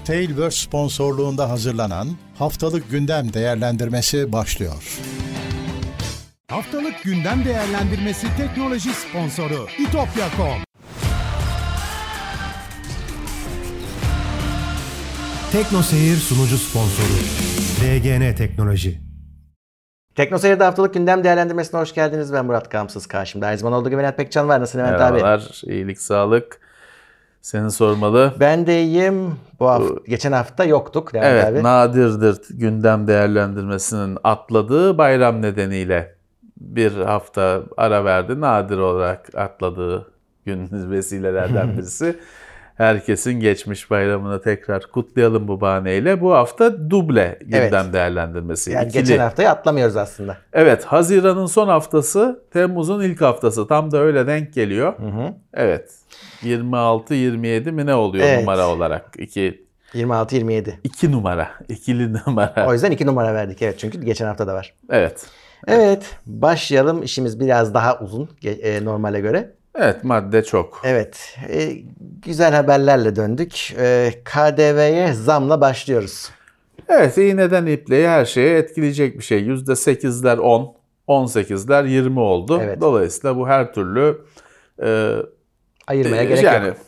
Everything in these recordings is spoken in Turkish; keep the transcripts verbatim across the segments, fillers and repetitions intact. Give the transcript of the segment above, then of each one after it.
Tailverse sponsorluğunda hazırlanan Haftalık Gündem Değerlendirmesi başlıyor. Haftalık Gündem Değerlendirmesi teknoloji sponsoru itopya nokta com. TeknoSeyir sunucu sponsoru D G N Teknoloji. TeknoSeyir'de haftalık gündem değerlendirmesine hoş geldiniz. Ben Murat Kamsız. Karşımda her zaman olduğu gibi Levent Pekcan var. Nasılsın Levent abi? Merhabalar, iyilik, sağlık. Seni sormalı. Ben de iyiyim. Bu hafta, geçen hafta yoktuk Levent evet, abi. Evet, nadirdir gündem değerlendirmesinin atladığı bayram nedeniyle bir hafta ara verdi. Nadir olarak atladığı gün vesilelerden birisi. Herkesin geçmiş bayramını tekrar kutlayalım bu bahaneyle. Bu hafta duble gündem evet. değerlendirmesi. Yani İkili. Geçen haftayı atlamıyoruz aslında. Evet, Haziran'ın son haftası, Temmuz'un ilk haftası. Tam da öyle denk geliyor. Hı hı. Evet. yirmi altı yirmi yedi mi ne oluyor evet. numara olarak? İki, yirmi altı yirmi yedi. İki numara. İkili numara. O yüzden iki numara verdik. Evet, çünkü geçen hafta da var. Evet. Evet. Başlayalım. İşimiz biraz daha uzun e, normale göre. Evet, madde çok. Evet. E, güzel haberlerle döndük. E, K D V'ye zamla başlıyoruz. Evet, iğneden ipliğe her şeye etkileyecek bir şey. yüzde sekizler on, on sekizler yirmi oldu. Evet. Dolayısıyla bu her türlü e, ayırmaya e, gerek yani, yok.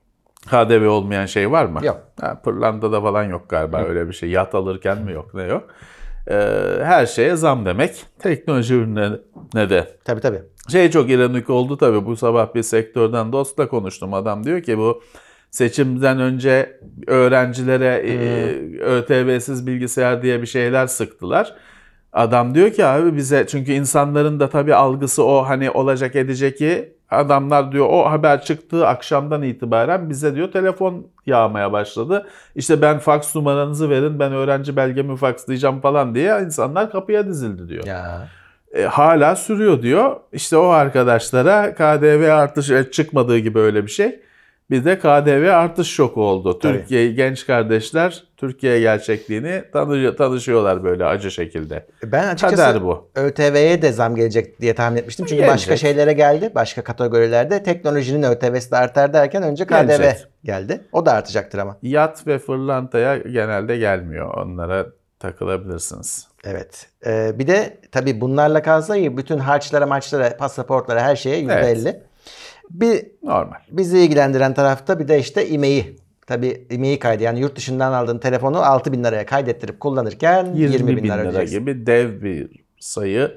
K D V olmayan şey var mı? Yok. Ha, pırlantada falan yok galiba. Hı. Öyle bir şey. Yat alırken mi yok, ne yok? E, her şeye zam demek. Teknoloji ürünlerine de. Tabii tabii. Şey çok ironik oldu tabii. Bu sabah bir sektörden dostla konuştum. Adam diyor ki bu seçimden önce öğrencilere hmm. ÖTV'siz bilgisayar diye bir şeyler sıktılar. Adam diyor ki abi bize, çünkü insanların da tabii algısı o, hani olacak edecek ki adamlar diyor o haber çıktığı akşamdan itibaren bize diyor telefon yağmaya başladı. İşte ben faks numaranızı verin, ben öğrenci belgemi fakslayacağım falan diye insanlar kapıya dizildi diyor. Ya. E, hala sürüyor diyor. İşte o arkadaşlara K D V artış çıkmadığı gibi öyle bir şey. Bir de K D V artış şoku oldu. Tabii. Türkiye genç kardeşler Türkiye gerçekliğini tanı, tanışıyorlar böyle acı şekilde. Ben açıkçası bu. ÖTV'ye de zam gelecek diye tahmin etmiştim. Çünkü gelecek. Başka şeylere geldi. Başka kategorilerde teknolojinin ÖTV'si de artar derken önce K D V gelecek. Geldi. O da artacaktır ama. Yat ve fırlantaya genelde gelmiyor. Onlara takılabilirsiniz. Evet. Ee, bir de tabii bunlarla kalsa iyi. Bütün harçlara, maçlara, pasaportlara, her şeye yüzde elli. Evet. Bir normal. Bizi ilgilendiren tarafta bir de işte I M E İ. Tabii I M E İ kaydı. Yani yurt dışından aldığın telefonu altı bin liraya kaydettirip kullanırken yirmi bin lira ödeyeceksin. Gibi dev bir sayı.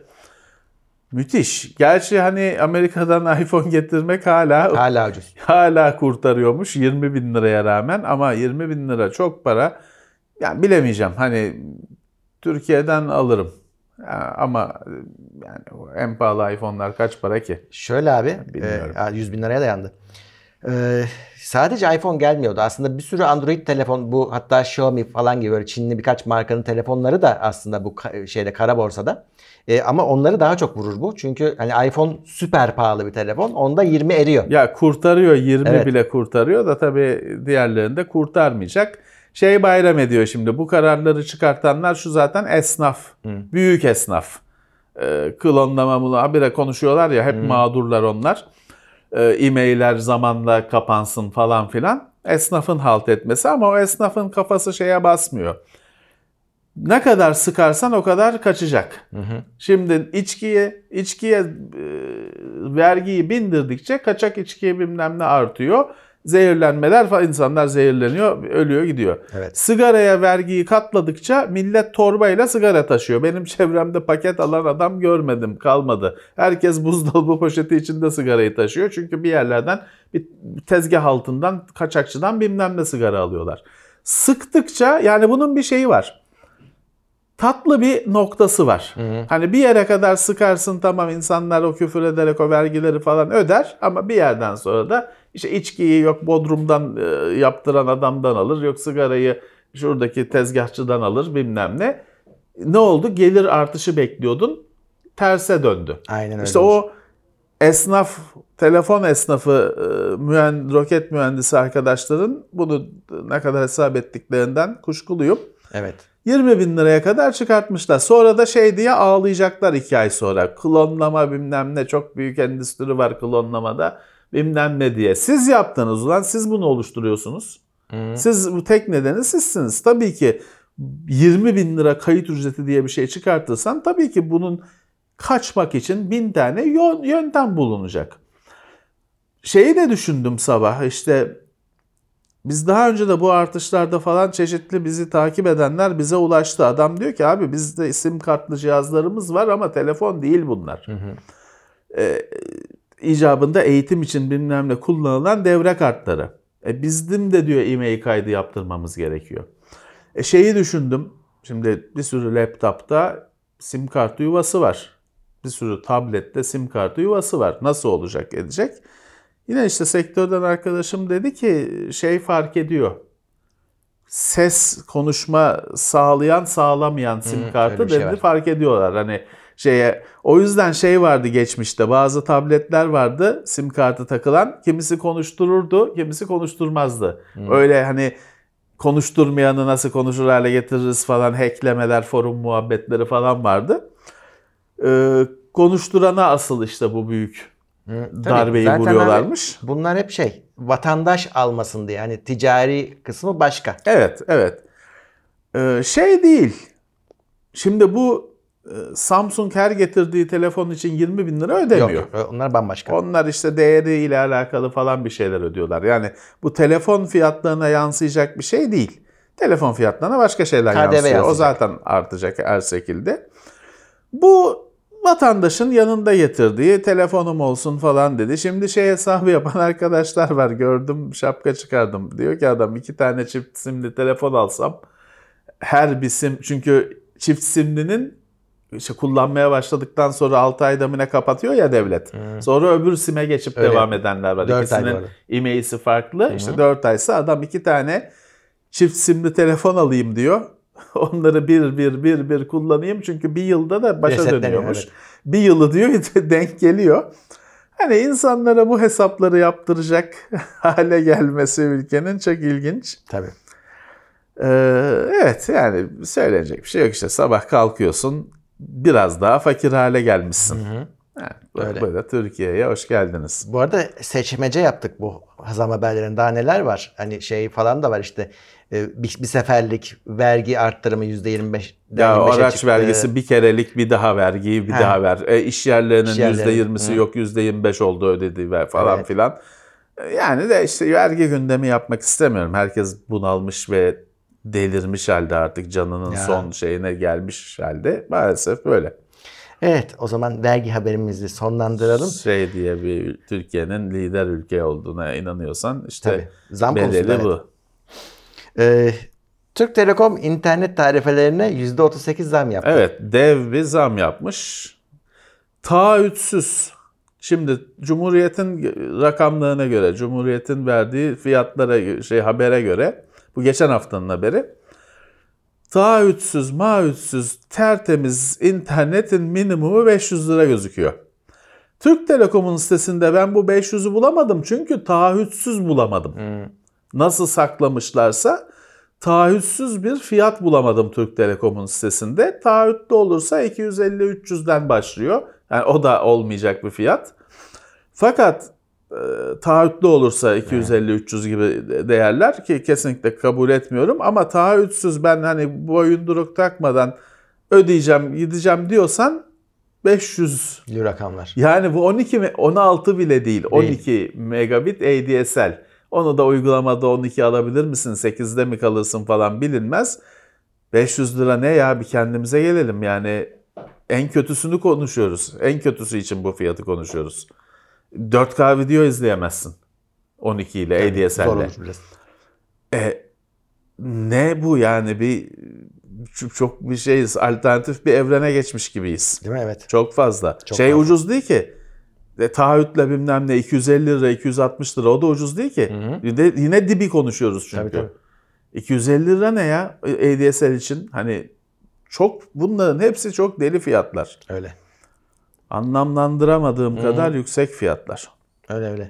Müthiş. Gerçi hani Amerika'dan iPhone getirmek hala hala ucuz. Hala kurtarıyormuş yirmi bin liraya rağmen, ama yirmi bin lira çok para. Yani bilemeyeceğim. Hani Türkiye'den alırım. Ya ama yani en pahalı iPhone'lar kaç para ki? Şöyle abi, e, yüz bin liraya dayandı. Ee, sadece iPhone gelmiyordu. Aslında bir sürü Android telefon, bu hatta Xiaomi falan gibi böyle Çinli birkaç markanın telefonları da aslında bu şeyde kara borsada. Ee, ama onları daha çok vurur bu. Çünkü hani iPhone süper pahalı bir telefon. Onda yirmi eriyor. Ya kurtarıyor, yirmi evet. bile kurtarıyor da tabii diğerlerinde kurtarmayacak. Şey bayram ediyor şimdi. Bu kararları çıkartanlar şu zaten esnaf. Hı. Büyük esnaf. Ee, klonlama bunu habire konuşuyorlar ya, hep Hı. mağdurlar onlar. Ee, e-mailler zamanla kapansın falan filan. Esnafın halt etmesi, ama o esnafın kafası şeye basmıyor. Ne kadar sıkarsan o kadar kaçacak. Hı hı. Şimdi içkiye içkiye e, vergiyi bindirdikçe kaçak içkiye bilmem ne artıyor. Zehirlenmeler falan, insanlar zehirleniyor, ölüyor, gidiyor. Evet. Sigaraya vergiyi katladıkça millet torbayla sigara taşıyor. Benim çevremde paket alan adam görmedim, kalmadı. Herkes buzdolabı poşeti içinde sigarayı taşıyor. Çünkü bir yerlerden, bir tezgah altından, kaçakçıdan bilmem ne sigara alıyorlar. Sıktıkça, yani bunun bir şeyi var. Tatlı bir noktası var. Hı hı. Hani bir yere kadar sıkarsın, tamam, insanlar o küfür ederek o vergileri falan öder, ama bir yerden sonra da işte içkiyi yok Bodrum'dan e, yaptıran adamdan alır, yok sigarayı şuradaki tezgahçıdan alır, bilmem ne. Ne oldu? Gelir artışı bekliyordun, terse döndü. Aynen öyle. İşte o esnaf, telefon esnafı, e, mühend, roket mühendisi arkadaşların bunu ne kadar hesap ettiklerinden kuşkuluyum. Evet. yirmi bin liraya kadar çıkartmışlar. Sonra da şey diye ağlayacaklar iki ay sonra. Klonlama bilmem ne, çok büyük endüstri var klonlamada bilmem ne diye. Siz yaptınız ulan, siz bunu oluşturuyorsunuz. Hı. Siz bu tek nedeni sizsiniz. Tabii ki yirmi bin lira kayıt ücreti diye bir şey çıkartırsan tabii ki bunun kaçmak için bin tane yöntem bulunacak. Şeyi de düşündüm sabah, işte biz daha önce de bu artışlarda falan çeşitli bizi takip edenler bize ulaştı. Adam diyor ki abi bizde sim kartlı cihazlarımız var ama telefon değil bunlar. Hı hı. Ee, icabında eğitim için bilmem ne kullanılan devre kartları. E bizim de diyor e-mail kaydı yaptırmamız gerekiyor. E şeyi düşündüm. Şimdi bir sürü laptopta sim kartı yuvası var. Bir sürü tablette sim kartı yuvası var. Nasıl olacak, edecek? Yine işte sektörden arkadaşım dedi ki şey fark ediyor. Ses, konuşma sağlayan, sağlamayan sim hmm, kartı dedi şey fark ediyorlar. Hani şeye, o yüzden şey vardı geçmişte, bazı tabletler vardı sim kartı takılan, kimisi konuştururdu, kimisi konuşturmazdı. Hmm. Öyle hani konuşturmayanı nasıl konuşur hale getiririz falan, hacklemeler, forum muhabbetleri falan vardı. Ee, konuşturana asıl işte bu büyük Hı, darbeyi vuruyorlarmış. Bunlar hep şey, vatandaş almasın diye. Yani ticari kısmı başka. Evet, evet. Ee, şey değil. Şimdi bu Samsung her getirdiği telefon için yirmi bin lira ödemiyor. Yok, onlar bambaşka. Onlar işte değeriyle alakalı falan bir şeyler ödüyorlar. Yani bu telefon fiyatlarına yansıyacak bir şey değil. Telefon fiyatlarına başka şeyler yansıyor. Yansıyacak. O zaten artacak her şekilde. Bu vatandaşın yanında getirdiği telefonum olsun falan dedi. Şimdi şey hesabı yapan arkadaşlar var. Gördüm, şapka çıkardım. Diyor ki adam iki tane çift simli telefon alsam her bir sim, çünkü çift simlinin İşte kullanmaya başladıktan sonra altı ayda mı ne kapatıyor ya devlet. Hmm. Sonra öbür sime geçip öyle devam edenler var. İkisinin e-mail'si farklı. Hmm. İşte dört aysa adam iki tane çift simli telefon alayım diyor. Onları bir bir bir bir kullanayım çünkü bir yılda da başa dönüyormuş. Evet. Bir yılı diyor denk geliyor. Hani insanlara bu hesapları yaptıracak hale gelmesi ülkenin çok ilginç. Tabii. Ee, evet yani söylenecek bir şey yok, işte sabah kalkıyorsun biraz daha fakir hale gelmişsin. Hı hı. Yani, böyle Türkiye'ye hoş geldiniz. Bu arada seçmece yaptık bu zam haberlerinde. Daha neler var? Hani şey falan da var işte bir, bir seferlik vergi arttırımı yüzde yirmi beş. Ya araç çıktı. Vergisi bir kerelik, bir daha vergiyi bir ha. daha ver. E, iş yerlerinin İş yerleri. yüzde yirmisi Hı. yok yüzde yirmi beş oldu ödediği ver falan evet. filan. Yani de işte vergi gündemi yapmak istemiyorum. Herkes bunalmış ve delirmiş halde, artık canının ya. son şeyine gelmiş halde. Maalesef böyle. Evet, o zaman vergi haberimizi sonlandıralım. Şey diye bir Türkiye'nin lider ülke olduğuna inanıyorsan işte Tabii, zam bedeli bu. Ee, Türk Telekom internet tarifelerine yüzde otuz sekiz zam yaptı. Evet, dev bir zam yapmış. Taahhütsüz. Şimdi Cumhuriyet'in rakamlarına göre, Cumhuriyet'in verdiği fiyatlara, şey habere göre, bu geçen haftanın haberi. Taahhütsüz, maahhütsüz, tertemiz internetin minimumu beş yüz lira gözüküyor. Türk Telekom'un sitesinde ben bu beş yüzü bulamadım çünkü taahhütsüz bulamadım. Hmm. Nasıl saklamışlarsa taahhütsüz bir fiyat bulamadım Türk Telekom'un sitesinde. Taahhütlü olursa iki yüz elli üç yüzden başlıyor. Yani o da olmayacak bir fiyat. Fakat e, taahhütlü olursa iki yüz elli üç yüz gibi değerler, ki kesinlikle kabul etmiyorum, ama taahhütsüz ben hani boyunduruk takmadan ödeyeceğim, gideceğim diyorsan beş yüz rakamlar. Yani bu on iki on altı bile değil. on iki değil. Megabit A D S L. Onu da uygulamada on iki alabilir misin? sekizde mi kalırsın falan bilinmez. beş yüz lira ne ya, bir kendimize gelelim yani. En kötüsünü konuşuyoruz. En kötüsü için bu fiyatı konuşuyoruz. dört K video izleyemezsin. on iki ile yani, A D S L'le. E, ne bu yani, bir çok bir şeyiz. Alternatif bir evrene geçmiş gibiyiz. Değil mi? Evet. Çok fazla. Çok şey fazla. Ucuz değil ki. E, taahhütle bilmem ne iki yüz elli lira, iki yüz altmış lira, o da ucuz değil ki. Hı hı. Yine, yine dibi konuşuyoruz çünkü. Tabii, tabii. iki yüz elli lira ne ya A D S L için? Hani çok, bunların hepsi çok deli fiyatlar. Öyle. Anlamlandıramadığım hmm. kadar yüksek fiyatlar. Öyle öyle.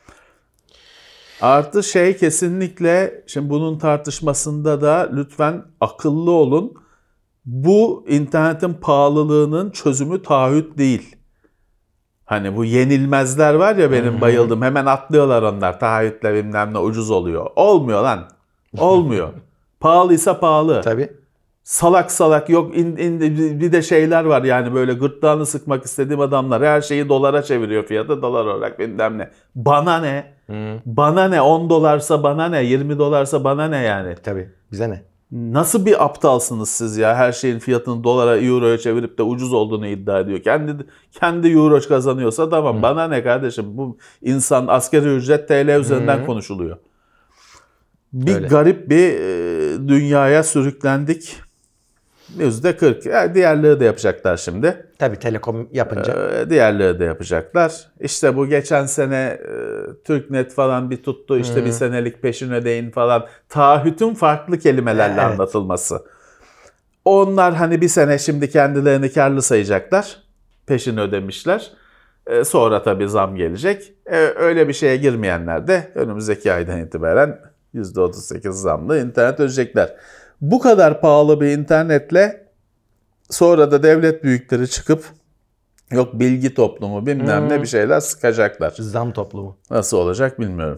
Artı şey, kesinlikle şimdi bunun tartışmasında da lütfen akıllı olun. Bu internetin pahalılığının çözümü taahhüt değil. Hani bu yenilmezler var ya benim hmm. bayıldığım, hemen atlıyorlar onlar, taahhütle bilmem ne ucuz oluyor. Olmuyor lan. Olmuyor. Pahalıysa pahalı. Tabii. Salak salak yok in, in, bir de şeyler var yani böyle gırtlağını sıkmak istediğim adamlar her şeyi dolara çeviriyor fiyatı dolar olarak bilmem ne. Bana ne? Hmm. Bana ne? on dolarsa bana ne? yirmi dolarsa bana ne yani? Tabii. Bize ne? Nasıl bir aptalsınız siz ya? Her şeyin fiyatını dolara, euroya çevirip de ucuz olduğunu iddia ediyor. Kendi kendi euro kazanıyorsa tamam. Hmm. Bana ne kardeşim? Bu insan asgari ücret T L üzerinden hmm. konuşuluyor. Bir Öyle. garip bir e, dünyaya sürüklendik. yüzde kırk. Yani diğerleri de yapacaklar şimdi. Tabii Telekom yapınca. Ee, diğerleri de yapacaklar. İşte bu geçen sene e, Türknet falan bir tuttu. İşte hmm. bir senelik peşin ödeyin falan. Taahhütün farklı kelimelerle evet. anlatılması. Onlar hani bir sene şimdi kendilerini karlı sayacaklar. Peşin ödemişler. Ee, sonra tabii zam gelecek. Ee, öyle bir şeye girmeyenler de önümüzdeki aydan itibaren yüzde otuz sekiz zamlı internet ödeyecekler. Bu kadar pahalı bir internetle sonra da devlet büyükleri çıkıp yok bilgi toplumu bilmem hmm. ne bir şeyler sıkacaklar. Zam toplumu. Nasıl olacak bilmiyorum.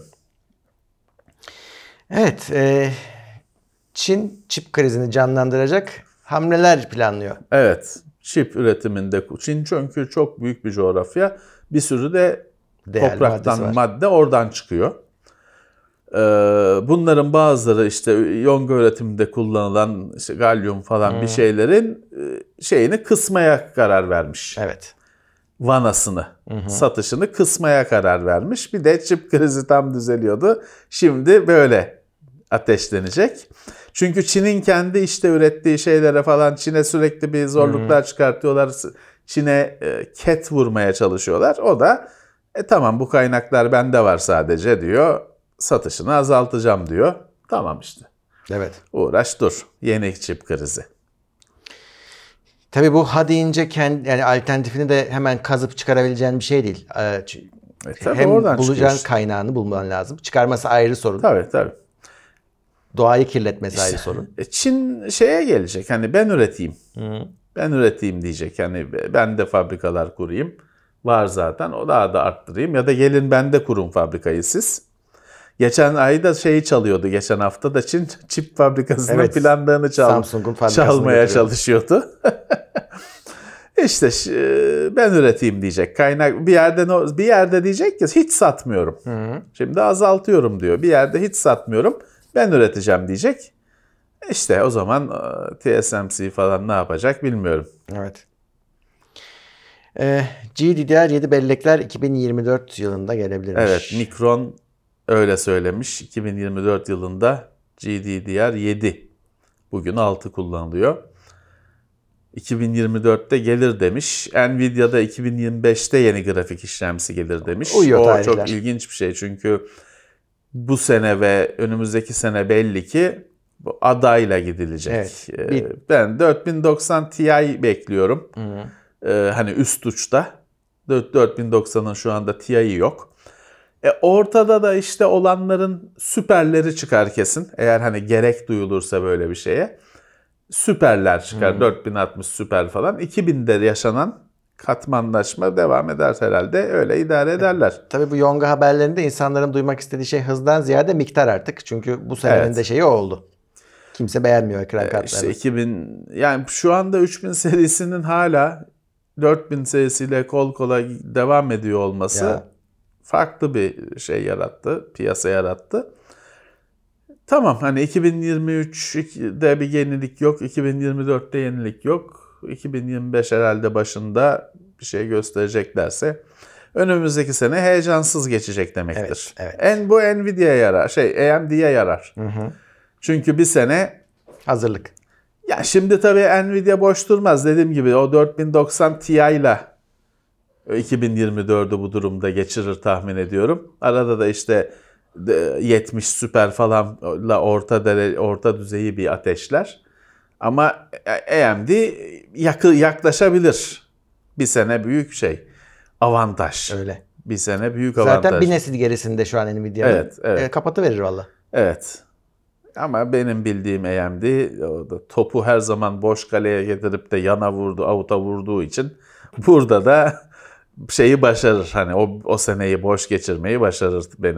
Evet. E, Çin çip krizini canlandıracak hamleler planlıyor. Evet. Çip üretiminde Çin çünkü çok büyük bir coğrafya. Bir sürü de değerli topraktan madde oradan çıkıyor. Bunların bazıları işte yonga üretiminde kullanılan işte galyum falan hmm. bir şeylerin şeyini kısmaya karar vermiş. Evet. Vanasını, hmm. satışını kısmaya karar vermiş. Bir de çip krizi tam düzeliyordu. Şimdi böyle ateşlenecek. Çünkü Çin'in kendi işte ürettiği şeylere falan Çin'e sürekli bir zorluklar hmm. çıkartıyorlar. Çin'e ket vurmaya çalışıyorlar. O da e tamam bu kaynaklar bende var sadece diyor. Satışını azaltacağım diyor. Tamam işte. Evet. Uğraş dur. Yeni çip krizi. Tabii bu ha deyince kendi, yani alternatifini de hemen kazıp çıkarabileceğin bir şey değil. Ee, e, tabii hem oradan bulacağın işte. kaynağını bulman lazım. Çıkarması ayrı sorun. Tabii tabii. Doğayı kirletmesi işte, ayrı sorun. Çin şeye gelecek. Hani ben üreteyim. Hı. Ben üreteyim diyecek. Hani ben de fabrikalar kurayım. Var zaten. O daha da arttırayım. Ya da gelin ben de kurun fabrikayı siz. Geçen ayda şeyi çalıyordu. Geçen hafta da Çin çip fabrikasının evet, planlarını çal çalmaya çalışıyordu. İşte ben üreteyim diyecek. Kaynak bir yerde bir yerde diyecek ki hiç satmıyorum. Hı hı. Şimdi azaltıyorum diyor. Bir yerde hiç satmıyorum. Ben üreteceğim diyecek. İşte o zaman T S M C falan ne yapacak bilmiyorum. Evet. Ee, G D D R yedi bellekler iki bin yirmi dört yılında gelebilirmiş. Evet, Micron öyle söylemiş. iki bin yirmi dört yılında G D D R yedi. Bugün altı kullanılıyor. iki bin yirmi dörtte gelir demiş. Nvidia'da iki bin yirmi beşte yeni grafik işlemcisi gelir demiş. Uyuyor o tarihler. Çok ilginç bir şey çünkü bu sene ve önümüzdeki sene belli ki bu adayla gidilecek. Evet, bir... Ben dört bin doksan Ti bekliyorum. Hı hı. Ee, hani üst uçta. dört bin doksanın şu anda Ti'yi yok. E ortada da işte olanların süperleri çıkar kesin. Eğer hani gerek duyulursa böyle bir şeye. Süperler çıkar. Hmm. dört bin altmış süper falan. iki binde yaşanan katmanlaşma devam eder herhalde. Öyle idare ederler. E, tabii bu Yonga haberlerinde insanların duymak istediği şey hızdan ziyade miktar artık. Çünkü bu senenin evet. de şeyi o oldu. Kimse beğenmiyor ekran kartlarını. İşte iki bin yani şu anda üç bin serisinin hala dört bin serisiyle kol kola devam ediyor olması ya. Farklı bir şey yarattı. Piyasa yarattı. Tamam hani iki bin yirmi üçte bir yenilik yok. iki bin yirmi dörtte yenilik yok. iki bin yirmi beş herhalde başında bir şey göstereceklerse önümüzdeki sene heyecansız geçecek demektir. Evet, evet. En bu Nvidia'ya yarar. Şey A M D'ye yarar. Hı hı. Çünkü bir sene hazırlık. Ya şimdi tabii Nvidia boş durmaz. Dediğim gibi o dört bin doksan Ti ile iki bin yirmi dördü bu durumda geçirir tahmin ediyorum. Arada da işte yetmiş süper falanla orta dere, orta düzeyi bir ateşler. Ama A M D yakı, yaklaşabilir. Bir sene büyük şey. Avantaj. Öyle. Bir sene büyük avantaj. Zaten bir nesil gerisinde şu an Nvidia'nın. Evet, evet. E, kapatıverir valla. Evet. Ama benim bildiğim A M D topu her zaman boş kaleye getirip de yana vurdu, avuta vurduğu için burada da şeyi başarır. Hani o o seneyi boş geçirmeyi başarır benim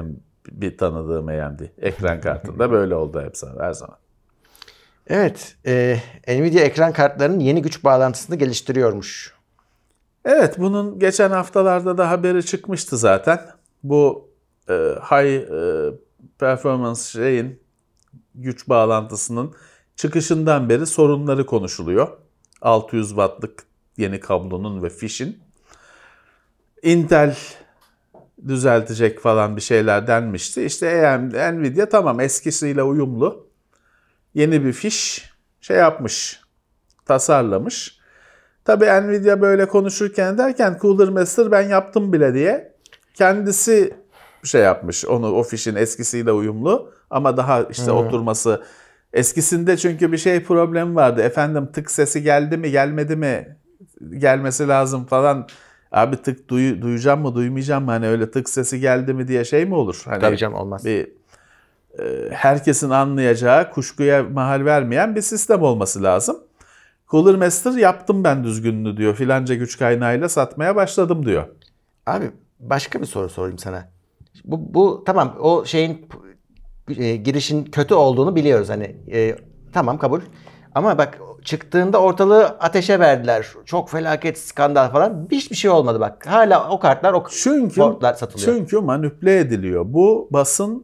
bir tanıdığım A M D. Ekran kartında böyle oldu hep her zaman. Evet. E, Nvidia ekran kartlarının yeni güç bağlantısını geliştiriyormuş. Evet, bunun geçen haftalarda da haberi çıkmıştı zaten. Bu e, high e, performance şeyin güç bağlantısının çıkışından beri sorunları konuşuluyor. altı yüz wattlık yeni kablonun ve fişin. Intel düzeltecek falan bir şeyler denmişti. İşte A M D, Nvidia tamam eskisiyle uyumlu. Yeni bir fiş şey yapmış, tasarlamış. Tabii Nvidia böyle konuşurken derken Cooler Master ben yaptım bile diye kendisi şey yapmış. Onu o fişin eskisiyle uyumlu ama daha işte hmm. oturması eskisinde çünkü bir şey problem vardı. Efendim tık sesi geldi mi gelmedi mi gelmesi lazım falan. Abi tık duy, duyacağım mı duymayacağım mı hani öyle tık sesi geldi mi diye şey mi olur? Hani tabii canım olmaz. Bir, e, herkesin anlayacağı kuşkuya mahal vermeyen bir sistem olması lazım. Cooler Master yaptım ben düzgününü diyor. Filanca güç kaynağıyla satmaya başladım diyor. Abi başka bir soru sorayım sana. Bu, bu tamam o şeyin e, girişin kötü olduğunu biliyoruz hani e, tamam kabul. Ama bak çıktığında ortalığı ateşe verdiler. Çok felaket skandal falan. Hiçbir şey olmadı bak. Hala o kartlar o çünkü, boardlar satılıyor. Çünkü manipüle ediliyor. Bu basın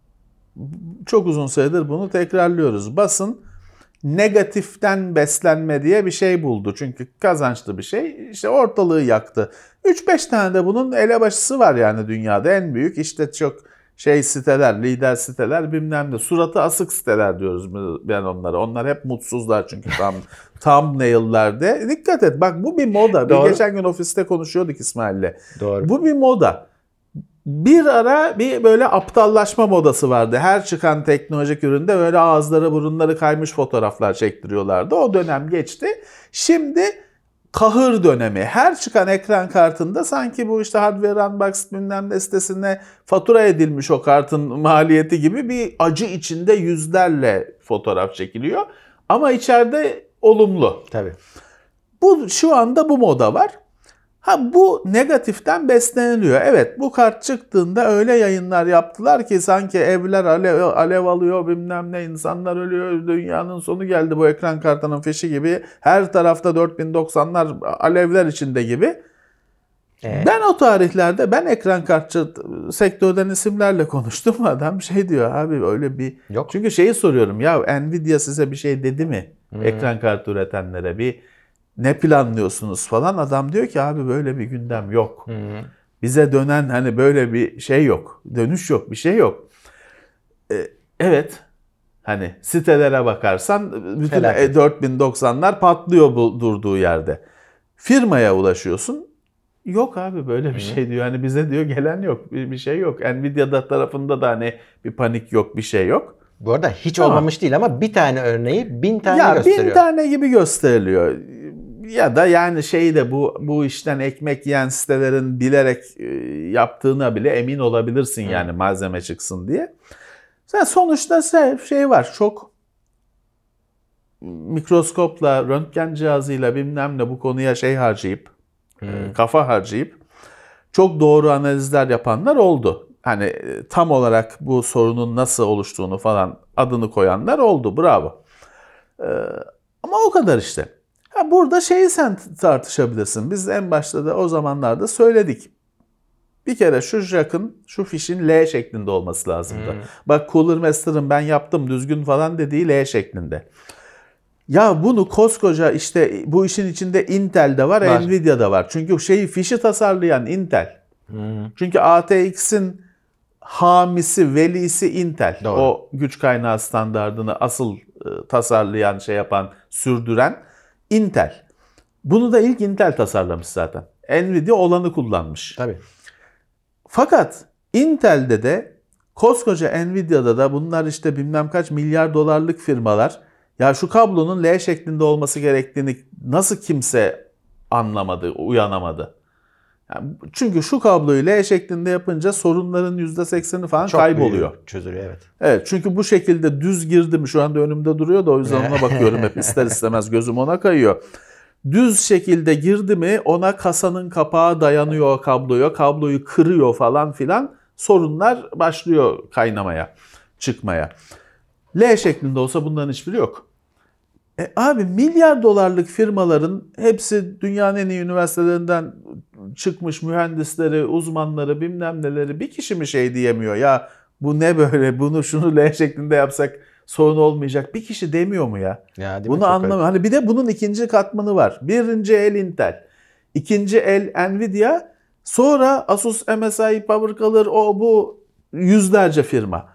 çok uzun süredir bunu tekrarlıyoruz. Basın negatiften beslenme diye bir şey buldu. Çünkü kazançlı bir şey. İşte ortalığı yaktı. üç beş tane de bunun elebaşısı var yani dünyada. En büyük işte çok şey siteler, lider siteler bilmem ne. Suratı asık siteler diyoruz ben onlara. Onlar hep mutsuzlar çünkü tam thumbnail'lerde. Dikkat et bak bu bir moda. Bir geçen gün ofiste konuşuyorduk İsmail'le. Doğru. Bu bir moda. Bir ara bir böyle aptallaşma modası vardı. Her çıkan teknolojik üründe böyle ağızları burunları kaymış fotoğraflar çektiriyorlardı. O dönem geçti. Şimdi kahır dönemi. Her çıkan ekran kartında sanki bu işte Hardware Unboxed bilmem ne sitesine fatura edilmiş o kartın maliyeti gibi bir acı içinde yüzlerle fotoğraf çekiliyor. Ama içeride olumlu. Tabii. Bu şu anda bu moda var. Ha bu negatiften besleniliyor. Evet bu kart çıktığında öyle yayınlar yaptılar ki sanki evler alev, alev alıyor bilmem ne insanlar ölüyor dünyanın sonu geldi bu ekran kartının fişi gibi her tarafta dört bin doksanlar alevler içinde gibi. Ee? Ben o tarihlerde ben ekran kartçı sektörden isimlerle konuştum adam şey diyor abi öyle bir yok. Çünkü şeyi soruyorum ya Nvidia size bir şey dedi mi hmm. ekran kartı üretenlere bir ne planlıyorsunuz falan adam diyor ki abi böyle bir gündem yok. Hı hı. Bize dönen hani böyle bir şey yok. Dönüş yok bir şey yok. Ee, evet hani sitelere bakarsan bütün Felaket. dört bin doksanlar patlıyor bu durduğu yerde. Firmaya ulaşıyorsun. Yok abi böyle bir hı. şey diyor. Hani bize diyor gelen yok bir, bir şey yok. Nvidia'da tarafında da hani bir panik yok bir şey yok. Bu arada hiç tamam. olmamış değil ama bir tane örneği bin tane ya gösteriyor. Bin tane gibi gösteriliyor. Ya da yani şey de bu bu işten ekmek yiyen sitelerin bilerek e, yaptığına bile emin olabilirsin hmm. yani malzeme çıksın diye. Sen sonuçta şey, şey var çok mikroskopla, röntgen cihazıyla bilmem ne bu konuya şey harcayıp hmm. e, kafa harcayıp çok doğru analizler yapanlar oldu. Hani e, tam olarak bu sorunun nasıl oluştuğunu falan adını koyanlar oldu. Bravo. E, ama o kadar işte. Ha burada şeyi sen tartışabilirsin. Biz en başta da o zamanlarda söyledik. Bir kere şu jack'ın, şu fişin L şeklinde olması lazımdı. Hmm. Bak Cooler Master'ın ben yaptım düzgün falan dediği L şeklinde. Ya bunu koskoca işte bu işin içinde Intel'de var, var. Nvidia'da var. Çünkü şeyi fişi tasarlayan Intel. Hmm. Çünkü A T X'in hamisi, velisi Intel. Doğru. O güç kaynağı standardını asıl e, tasarlayan, şey yapan, sürdüren Intel. Bunu da ilk Intel tasarlamış zaten. Nvidia olanı kullanmış. Tabii. Fakat Intel'de de koskoca Nvidia'da da bunlar işte bilmem kaç milyar dolarlık firmalar. Ya şu kablonun L şeklinde olması gerektiğini nasıl kimse anlamadı, uyanamadı. Yani çünkü şu kabloyu L şeklinde yapınca sorunların yüzde sekseni falan çok kayboluyor. Büyüyor, çözülüyor evet. Evet çünkü bu şekilde düz girdim şu anda önümde duruyor da o yüzden ona bakıyorum hep ister istemez gözüm ona kayıyor. Düz şekilde girdi mi ona kasanın kapağı dayanıyor o kabloya, kabloyu kırıyor falan filan sorunlar başlıyor kaynamaya, çıkmaya. L şeklinde olsa bunların hiçbiri yok. E abi milyar dolarlık firmaların hepsi dünyanın en iyi üniversitelerinden çıkmış mühendisleri, uzmanları, bilmem neleri, bir kişi mi şey diyemiyor ya bu ne böyle, bunu şunu L şeklinde yapsak sorun olmayacak, bir kişi demiyor mu ya? Ya Bunu anlamıyorum. Hani bir de bunun ikinci katmanı var. Birinci el Intel, ikinci el Nvidia, sonra Asus, M S I, PowerColor, o bu yüzlerce firma.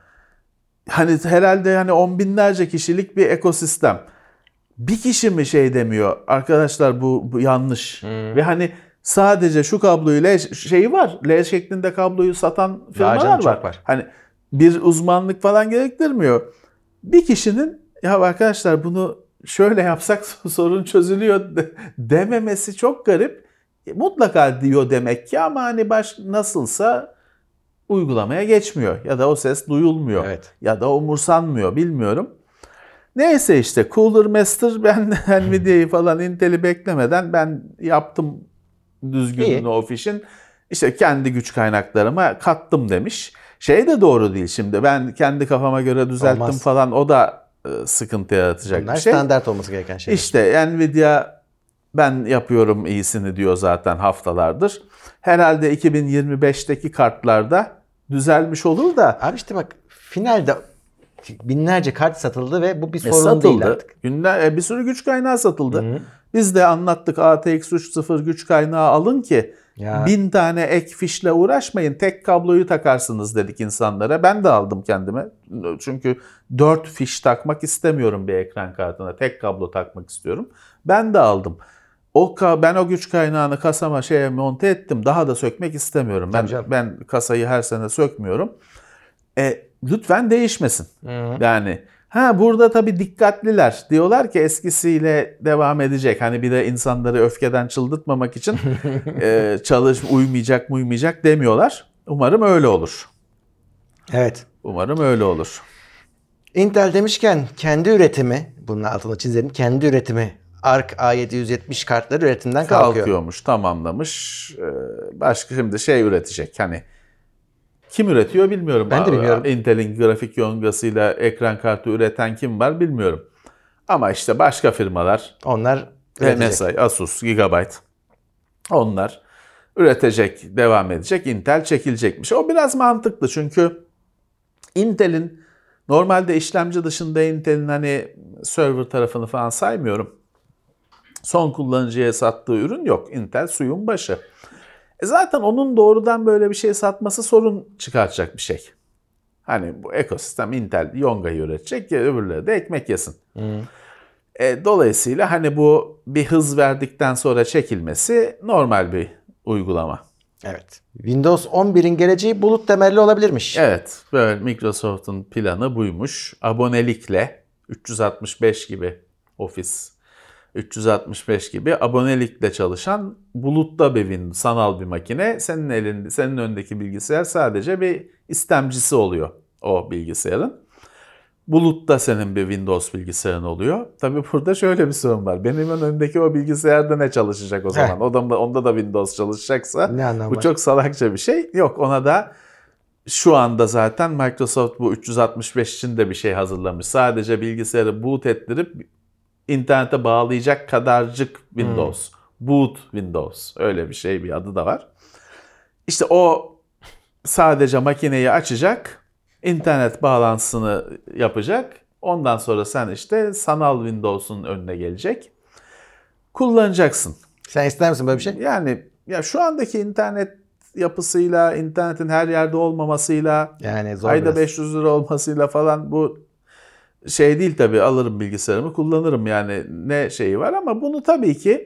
Hani herhalde hani on binlerce kişilik bir ekosistem. Bir kişi mi şey demiyor arkadaşlar bu, bu yanlış. Hmm. Ve hani sadece şu kabloyu L şeyi var. L şeklinde kabloyu satan firmalar var. var. Hani bir uzmanlık falan gerektirmiyor. Bir kişinin ya arkadaşlar bunu şöyle yapsak sorun çözülüyor dememesi çok garip. Mutlaka diyor demek ki ama hani baş nasılsa uygulamaya geçmiyor ya da o ses duyulmuyor. Evet. Ya da umursanmıyor, bilmiyorum. Neyse işte Cooler Master, ben Nvidia'yı falan Intel'i beklemeden ben yaptım düzgününü o fişin. İşte kendi güç kaynaklarıma kattım demiş. Şey de doğru değil şimdi. Ben kendi kafama göre düzelttim Olmaz. falan, o da e, sıkıntı yaratacak Bunlar bir şey. standart olması gereken şeyler. İşte Nvidia ben yapıyorum iyisini diyor zaten haftalardır. Herhalde iki bin yirmi beşteki kartlarda düzelmiş olur da. Abi işte bak finalde binlerce kart satıldı ve bu bir sorun e, satıldı. değil artık. Günler, bir sürü güç kaynağı satıldı. Hı-hı. Biz de anlattık, A T X üç nokta sıfır güç kaynağı alın ki ya. bin tane ek fişle uğraşmayın. Tek kabloyu takarsınız dedik insanlara. Ben de aldım kendime. Çünkü dört fiş takmak istemiyorum bir ekran kartına. Tek kablo takmak istiyorum. Ben de aldım. O ben o güç kaynağını kasama şeye monte ettim. Daha da sökmek istemiyorum. Ben ben kasayı her sene sökmüyorum. E, lütfen değişmesin. Hı-hı. Yani ha burada tabii dikkatliler. Diyorlar ki eskisiyle devam edecek. Hani bir de insanları öfkeden çıldırtmamak için e, çalış uymayacak mı uymayacak demiyorlar. Umarım öyle olur. Evet. Umarım öyle olur. Intel demişken kendi üretimi, bunun altını çizelim, kendi üretimi Arc A yedi yüz yetmiş kartları üretimden kalkıyor. Kalkıyormuş, tamamlamış. Başka şimdi şey üretecek. Hani kim üretiyor bilmiyorum. Ben de bilmiyorum. Intel'in grafik yongasıyla ekran kartı üreten kim var bilmiyorum. Ama işte başka firmalar. Onlar üretecek. M S I, Asus, Gigabyte. Onlar üretecek, devam edecek. Intel çekilecekmiş. O biraz mantıklı çünkü Intel'in normalde işlemci dışında Intel'in hani server tarafını falan saymıyorum. Son kullanıcıya sattığı ürün yok. Intel suyun başı. E zaten onun doğrudan böyle bir şey satması sorun çıkartacak bir şey. Hani bu ekosistem Intel Yonga'yı üretecek ya öbürleri de ekmek yesin. Hmm. E, dolayısıyla hani bu bir hız verdikten sonra çekilmesi normal bir uygulama. Evet. Windows on birin geleceği bulut temelli olabilirmiş. Evet. Böyle Microsoft'un planı buymuş. Abonelikle üç yüz altmış beş gibi Office üç yüz altmış beş gibi abonelikle çalışan bulutta bir Windows, sanal bir makine. Senin elinde, senin önündeki bilgisayar sadece bir istemcisi oluyor o bilgisayarın. Bulutta senin bir Windows bilgisayarın oluyor. Tabii burada şöyle bir sorun var. Benim önümdeki o bilgisayarda ne çalışacak o zaman? Onda, onda da Windows çalışacaksa bu çok salakça bir şey. Yok, ona da şu anda zaten Microsoft bu üç yüz altmış beş için de bir şey hazırlamış. Sadece bilgisayarı boot ettirip internete bağlayacak kadarcık Windows. Hmm. Boot Windows. Öyle bir şey, bir adı da var. İşte o sadece makineyi açacak, internet bağlantısını yapacak. Ondan sonra sen işte sanal Windows'un önüne gelecek. Kullanacaksın. Sen ister misin böyle bir şey? Yani ya şu andaki internet yapısıyla, internetin her yerde olmamasıyla, yani ayda biraz. beş yüz lira olmasıyla falan bu şey değil tabii. Alırım bilgisayarımı, kullanırım yani, ne şeyi var ama bunu tabii ki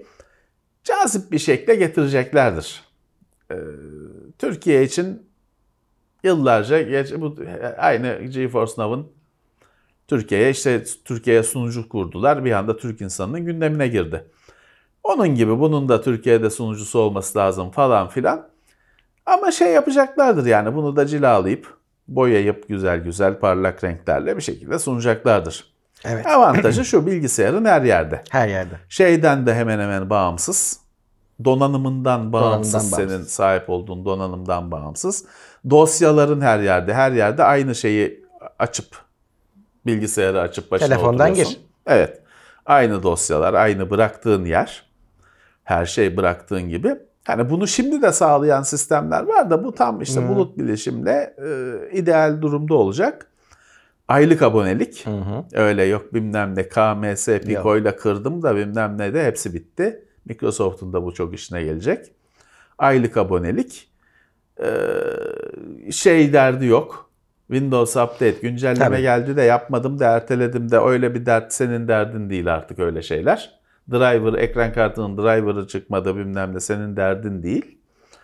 cazip bir şekilde getireceklerdir. Ee, Türkiye için yıllarca geç, bu aynı GeForce Now'ın Türkiye'ye işte Türkiye'ye sunucu kurdular. Bir anda Türk insanının gündemine girdi. Onun gibi bunun da Türkiye'de sunucusu olması lazım falan filan. Ama şey yapacaklardır yani, bunu da cilalayıp boyayıp güzel güzel parlak renklerle bir şekilde sunacaklardır. Evet. Avantajı şu: bilgisayarın her yerde. Her yerde. Şeyden de hemen hemen bağımsız. donanımından bağımsız, Donanımdan senin bağımsız. sahip olduğun donanımdan bağımsız. Dosyaların her yerde, her yerde aynı şeyi açıp, bilgisayarı açıp başına Telefondan oturuyorsun. gir. Evet. Aynı dosyalar, aynı bıraktığın yer. Her şey bıraktığın gibi. Yani bunu şimdi de sağlayan sistemler var da bu tam işte Hı. bulut bilişimle e, ideal durumda olacak. Aylık abonelik. Hı hı. Öyle yok bilmem ne K M S Pico'yla kırdım da bilmem ne de hepsi bitti. Microsoft'un da bu çok işine gelecek. Aylık abonelik. Ee, şey derdi yok. Windows Update güncelleme Tabii. geldi de yapmadım da erteledim de öyle bir dert, senin derdin değil artık öyle şeyler. Driver, ekran kartının driver'ı çıkmadı bilmem ne, senin derdin değil.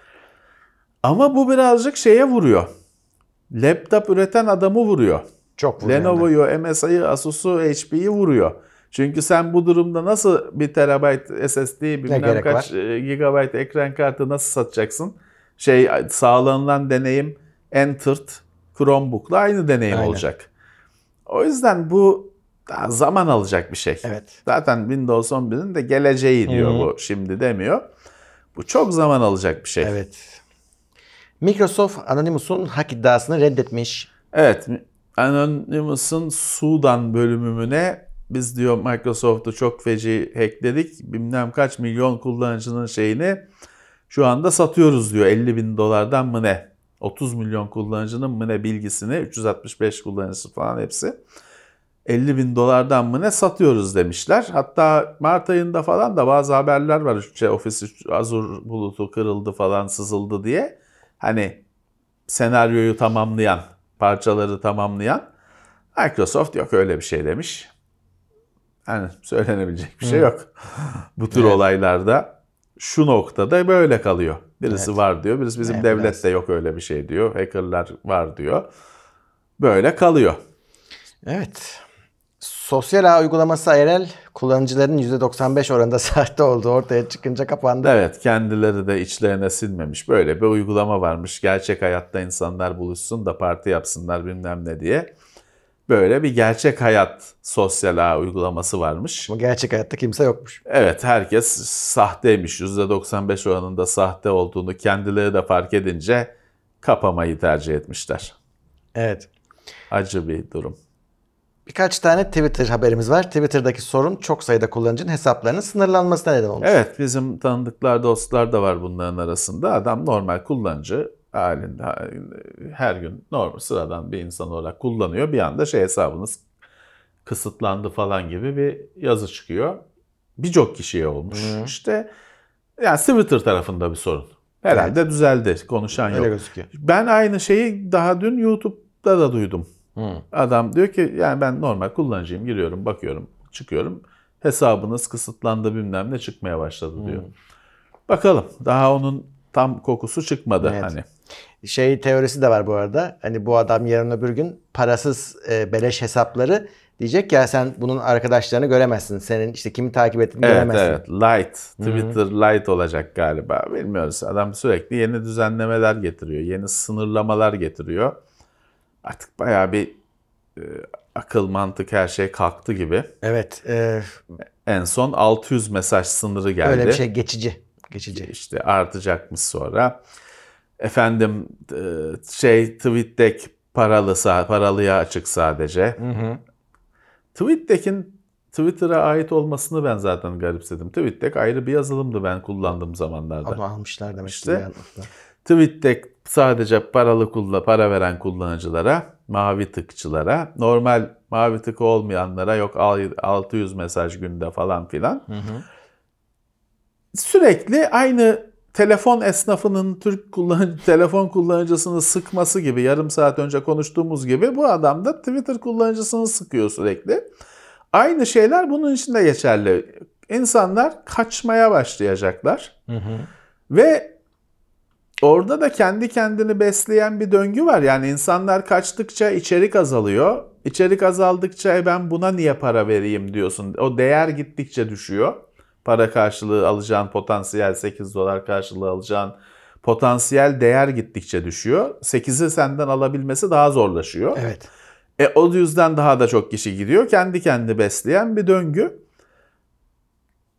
Ama bu birazcık şeye vuruyor. Laptop üreten adamı vuruyor. Çok vuruyor. Lenovo'yu, M S I'yi, Asus'u, H P'yi vuruyor. Çünkü sen bu durumda nasıl bir terabayt S S D, bilmem gerek kaç var? e, gigabayt ekran kartı nasıl satacaksın? Şey, sağlanılan deneyim Entered Chromebook'la aynı deneyim Aynen. olacak. O yüzden bu daha zaman alacak bir şey. Evet. Zaten Windows on birin de geleceği diyor Hı hı. bu, şimdi demiyor. Bu çok zaman alacak bir şey. Evet. Microsoft Anonymous'un hak iddiasını reddetmiş. Evet, Anonymous'un Sudan bölümüne biz diyor Microsoft'u çok feci hackledik. Bilmem kaç milyon kullanıcının şeyini şu anda satıyoruz diyor. elli bin dolardan mı ne? otuz milyon kullanıcının mı ne bilgisini, üç yüz altmış beş kullanıcısı falan hepsi. elli bin dolardan mı ne satıyoruz demişler. Hatta Mart ayında falan da bazı haberler var. İşte Office Azure bulutu kırıldı falan, sızıldı diye. Hani senaryoyu tamamlayan, parçaları tamamlayan. Microsoft yok öyle bir şey demiş. Yani söylenebilecek bir şey yok. Bu tür Evet. olaylarda şu noktada böyle kalıyor. Birisi Evet. var diyor, birisi bizim Evet, devlet biraz. de yok öyle bir şey diyor. Hackerlar var diyor. Böyle kalıyor. Evet. Sosyal ağ uygulaması I R L kullanıcıların yüzde doksan beş oranında sahte olduğu ortaya çıkınca kapandı. Evet, kendileri de içlerine sinmemiş. Böyle bir uygulama varmış. Gerçek hayatta insanlar buluşsun da parti yapsınlar bilmem ne diye. Böyle bir gerçek hayat sosyal ağ uygulaması varmış. Ama gerçek hayatta kimse yokmuş. Evet, herkes sahteymiş. yüzde doksan beş oranında sahte olduğunu kendileri de fark edince kapamayı tercih etmişler. Evet. Acı bir durum. Birkaç tane Twitter haberimiz var. Twitter'daki sorun çok sayıda kullanıcının hesaplarının sınırlanmasına neden olmuş. Evet, bizim tanıdıklar, dostlar da var bunların arasında. Adam normal kullanıcı halinde her gün normal sıradan bir insan olarak kullanıyor. Bir anda şey hesabınız kısıtlandı falan gibi bir yazı çıkıyor. Birçok kişiye olmuş. Hı. İşte yani Twitter tarafında bir sorun. Herhalde Evet. düzeldi. Konuşan Öyle yok. gözüküyor. Ben aynı şeyi daha dün YouTube'da da duydum. Hı. Adam diyor ki yani ben normal kullanıcıyım, giriyorum, bakıyorum, çıkıyorum. Hesabınız kısıtlandı bilmem ne çıkmaya başladı diyor. Bakalım daha onun tam kokusu çıkmadı Evet. hani. Şey teorisi de var bu arada. Hani bu adam yarın öbür gün parasız e, beleş hesapları diyecek ya sen bunun arkadaşlarını göremezsin. Senin işte kimi takip ettiğini Evet göremezsin. evet light Twitter light olacak galiba bilmiyoruz. Adam sürekli yeni düzenlemeler getiriyor, yeni sınırlamalar getiriyor. Artık bayağı bir e, akıl mantık her şey kalktı gibi. Evet. e, En son altı yüz mesaj sınırı geldi. öyle bir şey geçici. Geçici. İşte artacakmış sonra. Efendim e, şey TweetDeck paralı paralıya açık sadece. Hı hı. TweetDeck'in Twitter'a ait olmasını ben zaten garipsedim. TweetDeck ayrı bir yazılımdı ben kullandığım zamanlarda. Onu almışlar demek İşte. ki. TweetDeck sadece paralı kulla para veren kullanıcılara, mavi tıkçılara, normal mavi tık olmayanlara yok altı yüz mesaj günde falan filan. Hı hı. Sürekli aynı telefon esnafının Türk kullanıcı, telefon kullanıcısını sıkması gibi yarım saat önce konuştuğumuz gibi bu adam da Twitter kullanıcısını sıkıyor sürekli. Aynı şeyler bunun için de geçerli. İnsanlar kaçmaya başlayacaklar. Hı hı. Ve orada da kendi kendini besleyen bir döngü var. Yani insanlar kaçtıkça içerik azalıyor. İçerik azaldıkça e ben buna niye para vereyim diyorsun. O değer gittikçe düşüyor. Para karşılığı alacağın potansiyel sekiz dolar karşılığı alacağın potansiyel değer gittikçe düşüyor. sekizi senden alabilmesi daha zorlaşıyor. Evet. E o yüzden daha da çok kişi gidiyor. Kendi kendini besleyen bir döngü.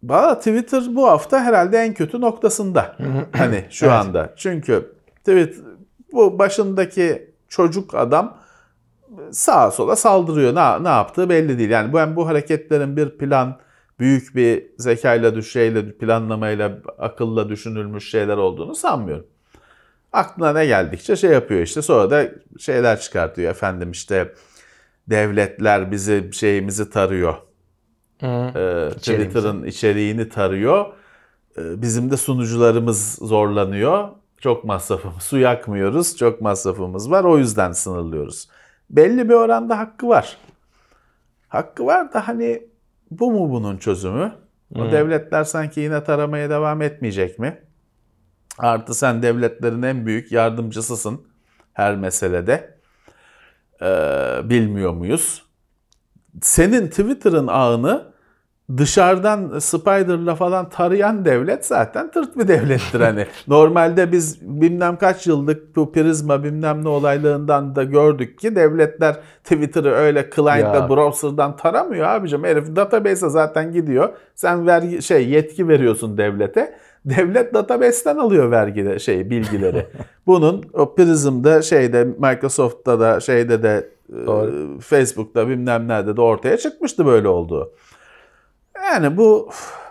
Valla Twitter bu hafta herhalde en kötü noktasında. Hani şu Evet. anda. Çünkü Twitter bu başındaki çocuk adam sağa sola saldırıyor. Ne, ne yaptığı belli değil. Yani ben bu hareketlerin bir plan, büyük bir zekayla, şeyle, planlamayla, akılla düşünülmüş şeyler olduğunu sanmıyorum. Aklına ne geldikçe şey yapıyor işte. Sonra da şeyler çıkartıyor. Efendim işte devletler bizi şeyimizi tarıyor. Ee, Twitter'ın içeriğini tarıyor. Ee, bizim de sunucularımız zorlanıyor. Çok masrafımız, su yakmıyoruz. Çok masrafımız var. O yüzden sınırlıyoruz. Belli bir oranda hakkı var. Hakkı var da hani bu mu bunun çözümü? O hmm. devletler sanki yine taramaya devam etmeyecek mi? Artı sen devletlerin en büyük yardımcısısın her meselede. Ee, bilmiyor muyuz? Senin Twitter'ın ağını dışarıdan Spider'la falan tarayan devlet zaten tırt bir devlettir hani. Normalde biz bilmem kaç yıllık bu prizma bilmem ne olaylarından da gördük ki devletler Twitter'ı öyle client'la browser'dan taramıyor abicim. Herif database'e zaten gidiyor. Sen vergi şey yetki veriyorsun devlete. Devlet database'ten alıyor vergi şey bilgileri. Bunun o Prism'da şeyde Microsoft'ta da şeyde de e, Facebook'ta bilmem nerede de ortaya çıkmıştı böyle olduğu. Yani bu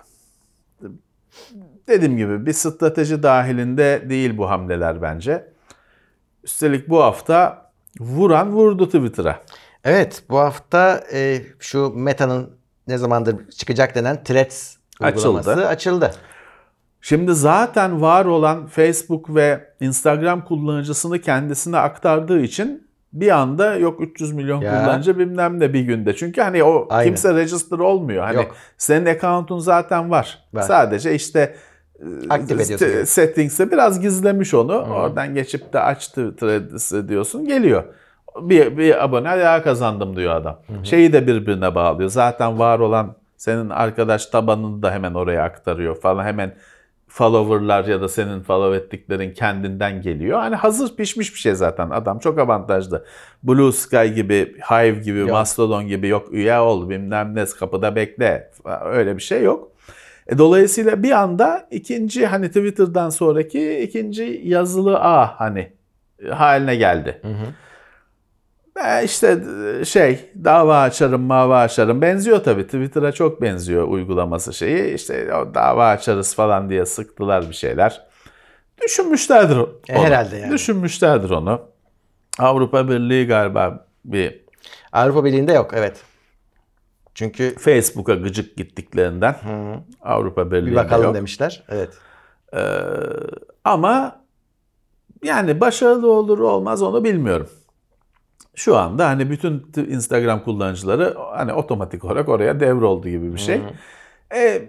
dediğim gibi bir strateji dahilinde değil bu hamleler bence. Üstelik bu hafta vuran vurdu Twitter'a. Evet, bu hafta e, şu Meta'nın ne zamandır çıkacak denen Threads uygulaması açıldı. açıldı. Şimdi zaten var olan Facebook ve Instagram kullanıcısını kendisine aktardığı için bir anda yok üç yüz milyon ya. kullanıcı bilmem ne bir günde. Çünkü hani o Aynen. kimse register olmuyor. Hani yok. Senin account'un zaten var. var. Sadece işte aktif ediyorsun. Settings'e biraz gizlemiş onu. Hmm. Oradan geçip de açtı Threads'ı diyorsun. Geliyor. Bir, bir abone daha kazandım diyor adam. Hmm. Şeyi de birbirine bağlıyor. Zaten var olan senin arkadaş tabanını da hemen oraya aktarıyor falan. Hemen follower'lar ya da senin follow ettiklerin kendinden geliyor. Hani hazır pişmiş bir şey zaten. Adam çok avantajlı. Blue Sky gibi, Hive gibi, yok. Mastodon gibi yok üye ol bilmem ne kapıda bekle. Öyle bir şey yok. E, dolayısıyla bir anda ikinci hani Twitter'dan sonraki ikinci yazılı ağ hani haline geldi. Hı hı. E işte şey dava açarım mava açarım benziyor tabii Twitter'a çok benziyor uygulaması şeyi işte o dava açarız falan diye sıktılar bir şeyler. Düşünmüşlerdir onu. E, herhalde yani. Düşünmüşlerdir onu. Avrupa Birliği galiba bir. Avrupa Birliği'nde yok evet. Çünkü Facebook'a gıcık gittiklerinden hı. Avrupa Birliği'nde yok. Bir bakalım yok. demişler. Evet. Ee, ama yani başarılı olur olmaz onu bilmiyorum. Şu anda hani bütün Instagram kullanıcıları hani otomatik olarak oraya devroldu gibi bir şey. Ee,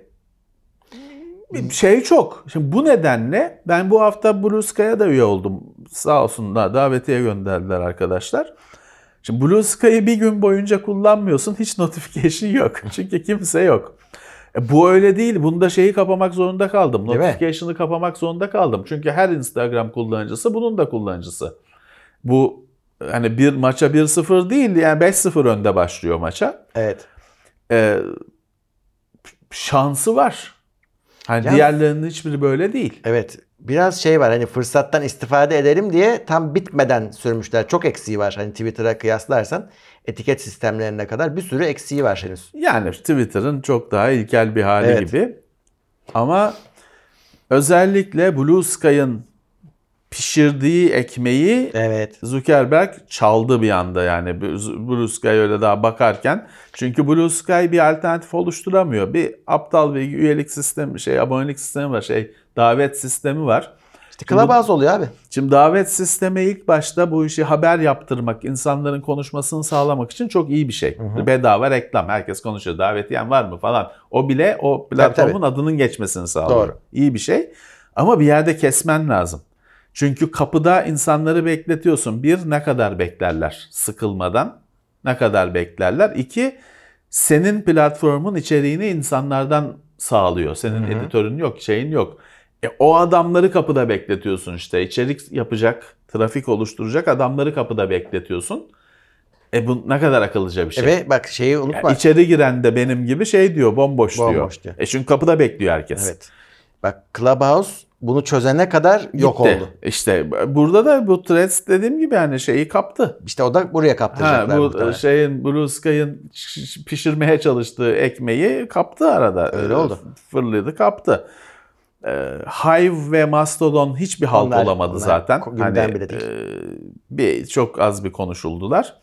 bir şey çok. Şimdi bu nedenle ben bu hafta Blue Sky'a da üye oldum. Sağ olsunlar davetiye gönderdiler arkadaşlar. Şimdi Blue Sky'ı bir gün boyunca kullanmıyorsun. Hiç notification yok. Çünkü kimse yok. E bu öyle değil. Bunda şeyi kapamak zorunda kaldım. Değil Notification'ı mi? kapamak zorunda kaldım. Çünkü her Instagram kullanıcısı bunun da kullanıcısı. Bu hani bir maça bir sıfır değil yani beş sıfır önde başlıyor maça. Evet. Ee, şansı var. Hani yani, diğerlerinin hiçbiri böyle değil. Evet. Biraz şey var hani fırsattan istifade edelim diye tam bitmeden sürmüşler. Çok eksiği var. Hani Twitter'a kıyaslarsan etiket sistemlerine kadar bir sürü eksiği var henüz. Yani Twitter'ın çok daha ilkel bir hali evet. gibi. Ama özellikle Blue Sky'ın pişirdiği ekmeği evet. Zuckerberg çaldı bir anda yani Blue Sky öyle daha bakarken. Çünkü Blue Sky bir alternatif oluşturamıyor. Bir aptal bir üyelik sistemi, şey abonelik sistemi var, şey davet sistemi var. İşte Clubhouse oluyor abi. Şimdi davet sistemi ilk başta bu işi haber yaptırmak, insanların konuşmasını sağlamak için çok iyi bir şey. Hı hı. Bedava reklam, herkes konuşuyor. Davetiyen var mı falan. O bile o platformun tabii, tabii. adının geçmesini sağlıyor. Doğru. İyi bir şey. Ama bir yerde kesmen lazım. Çünkü kapıda insanları bekletiyorsun. Bir, ne kadar beklerler sıkılmadan? Ne kadar beklerler? İki, senin platformun içeriğini insanlardan sağlıyor. Senin Hı-hı. editörün yok, şeyin yok. E, o adamları kapıda bekletiyorsun işte. İçerik yapacak, trafik oluşturacak adamları kapıda bekletiyorsun. E bu ne kadar akıllıca bir şey. Evet bak şeyi unutma. Yani içeri giren de benim gibi şey diyor, bomboş, Bomboş diyor. diyor. E çünkü kapıda bekliyor herkes. Evet. Bak Clubhouse bunu çözene kadar yok Gitti. oldu. İşte burada da bu Threads dediğim gibi hani şeyi kaptı. İşte o da buraya kaptıracaklar Ha, bu muhtemelen. şeyin Blue Sky'ın pişirmeye çalıştığı ekmeği kaptı arada. Öyle oldu. Fırladı, kaptı. Ee, Hive ve Mastodon hiçbir halt Onlar- olamadı onlar zaten. gündem Hani bile değil. e, bir çok az bir konuşuldular.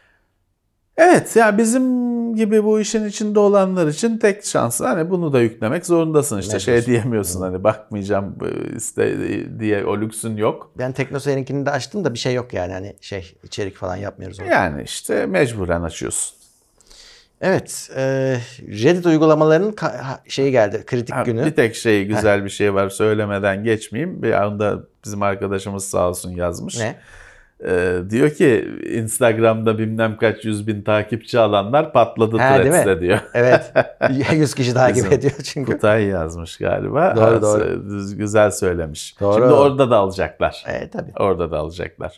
Evet, yani bizim gibi bu işin içinde olanlar için tek şansı hani bunu da yüklemek zorundasın işte. Mecbursun. Şey diyemiyorsun hani bakmayacağım iste diye, o lüksün yok. Ben TeknoSeyir'inkini de açtım da bir şey yok yani hani şey içerik falan yapmıyoruz orada. Yani işte mecburen açıyorsun. Evet, e, Reddit uygulamalarının ka- ha- şeyi geldi, kritik Ha, günü. bir tek şey, güzel bir şey var, söylemeden geçmeyeyim. Bir anda bizim arkadaşımız sağ olsun yazmış. Ne? Ee, diyor ki Instagram'da bilmem kaç yüz bin takipçi alanlar patladı Ha, değil mi? Threads'te diyor. Evet, yüz kişi takip Bizim ediyor çünkü. Kutay yazmış galiba. Doğru, Ha, doğru. Güzel söylemiş. Doğru. Şimdi orada da alacaklar. Evet tabii. Orada da alacaklar.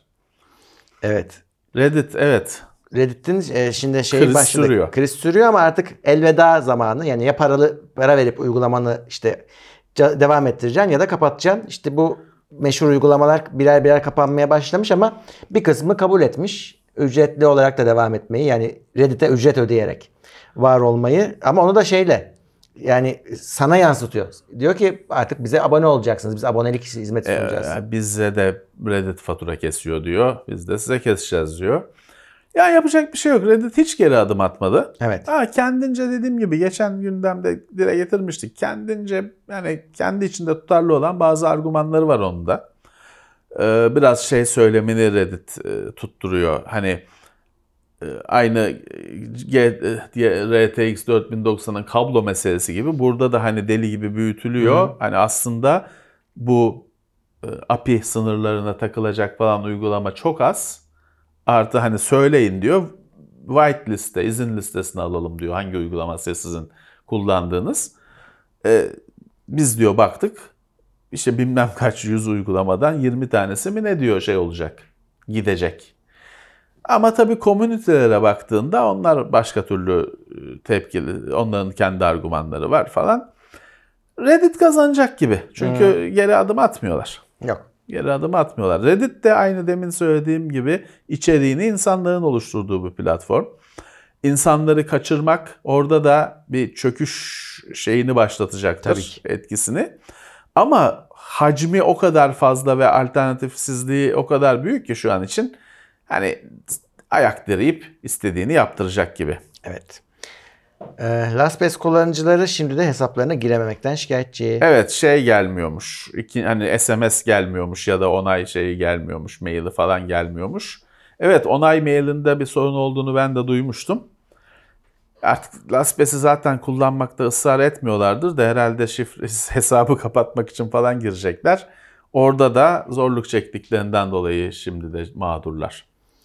Evet. Reddit, evet. Reddit'in e, şimdi şey Kriz başladı. sürüyor. Kriz sürüyor ama artık elveda zamanı. Yani ya paralı para verip uygulamanı işte ca- devam ettireceksin ya da kapatacaksın. İşte bu meşhur uygulamalar birer birer kapanmaya başlamış ama bir kısmı kabul etmiş. Ücretli olarak da devam etmeyi, yani Reddit'e ücret ödeyerek var olmayı, ama onu da şeyle, yani sana yansıtıyor. Diyor ki artık bize abone olacaksınız. Biz abonelik hizmeti sunacağız. Ee, bize de Reddit fatura kesiyor diyor. Biz de size keseceğiz diyor. Ya yapacak bir şey yok. Reddit hiç geri adım atmadı. Evet. Ha, kendince dediğim gibi geçen gündemde dile getirmiştik. Kendince, yani kendi içinde tutarlı olan bazı argümanları var onun da. Ee, biraz şey söylemini Reddit e, tutturuyor. Hani e, aynı G, diye R T X dört bin doksanın kablo meselesi gibi burada da hani deli gibi büyütülüyor. Hı. Hani aslında bu e, A P I sınırlarına takılacak falan uygulama çok az. Artı hani söyleyin diyor, white liste, izin listesine alalım diyor, hangi uygulaması sizin kullandığınız. Ee, biz diyor baktık, işte bilmem kaç yüz uygulamadan yirmi tanesi mi ne diyor şey olacak, gidecek. Ama tabii komünitelere baktığında onlar başka türlü tepkili, onların kendi argümanları var falan. Reddit kazanacak gibi çünkü hmm. geri adım atmıyorlar. Yok. Geri adım atmıyorlar. Reddit de aynı demin söylediğim gibi içeriğini insanların oluşturduğu bir platform. İnsanları kaçırmak orada da bir çöküş şeyini başlatacaktır, etkisini. Ama hacmi o kadar fazla ve alternatifsizliği o kadar büyük ki şu an için hani ayak direyip istediğini yaptıracak gibi. Evet. LastPass kullanıcıları şimdi de hesaplarına girememekten şikayetçi. Evet, şey gelmiyormuş. İki, hani S M S gelmiyormuş ya da onay şeyi gelmiyormuş, maili falan gelmiyormuş. Evet, onay mailinde bir sorun olduğunu ben de duymuştum. Artık LastPass'i zaten kullanmakta ısrar etmiyorlardır da herhalde şifre hesabı kapatmak için falan girecekler. Orada da zorluk çektiklerinden dolayı şimdi de mağdurlar.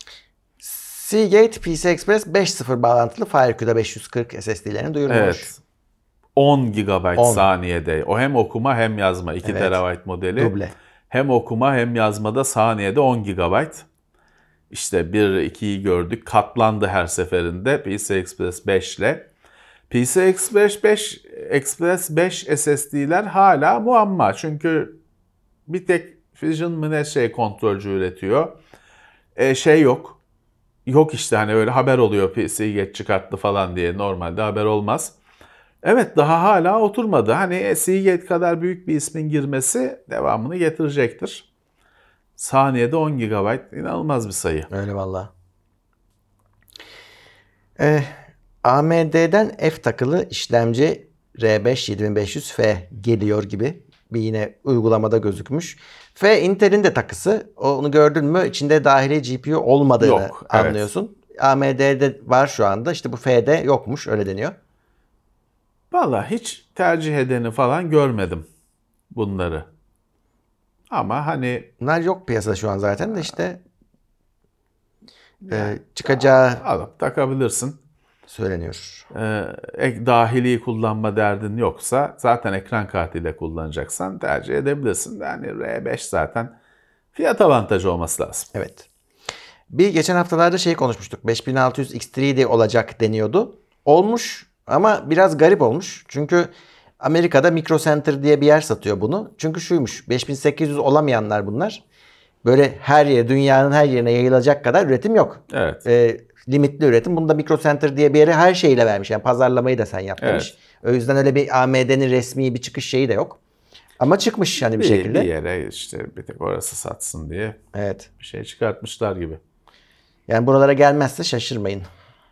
Seagate P C Express beş nokta sıfır bağlantılı FireQ'da beş yüz kırk S S D'lerini duyurmuş. Evet. on gigabayt on saniyede. O hem okuma hem yazma. iki evet. terabayt modeli. Duble. Hem okuma hem yazmada saniyede on gigabayt. İşte bir ikiyi gördük. Katlandı her seferinde P C Express beş ile. P C Express beş, Express beş S S D'ler hala muamma. Çünkü bir tek Fission mı ne şey kontrolcü üretiyor. E, şey yok. Yok işte hani öyle haber oluyor P C geç çıkarttı falan diye, normalde haber olmaz. Evet, daha hala oturmadı. Hani Seagate kadar büyük bir ismin girmesi devamını getirecektir. Saniyede on gigabayt inanılmaz bir sayı. Öyle valla. Ee, A M D'den F takılı işlemci R beş yedi bin beş yüz F geliyor gibi bir yine uygulamada gözükmüş. F Intel'in de takısı. Onu gördün mü? İçinde dahili G P U olmadığını Yok, anlıyorsun. Evet. A M D'de var şu anda. İşte bu F'de yokmuş. Öyle deniyor. Vallahi hiç tercih edeni falan görmedim bunları. Ama hani... Bunlar yok piyasada şu an zaten de işte e, çıkacağı... Alıp takabilirsin. Söyleniyor. Ee, dahili kullanma derdin yoksa zaten ekran kartıyla kullanacaksan tercih edebilirsin. Yani R beş zaten fiyat avantajı olması lazım. Evet. Bir geçen haftalarda şey konuşmuştuk. beş bin altı yüz X üç de olacak deniyordu. Olmuş ama biraz garip olmuş. Çünkü Amerika'da Micro Center diye bir yer satıyor bunu. Çünkü şuymuş, beş bin sekiz yüz olamayanlar bunlar. Böyle her yere, dünyanın her yerine yayılacak kadar üretim yok. Evet. E, limitli üretim. Bunda Micro Center diye bir yere her şeyle vermiş. Yani pazarlamayı da sen yap demiş. Evet. O yüzden öyle bir A M D'nin resmi bir çıkış şeyi de yok. Ama çıkmış hani bir, bir şekilde. Bir yere işte bir tek orası satsın diye evet. bir şey çıkartmışlar gibi. Yani buralara gelmezse şaşırmayın.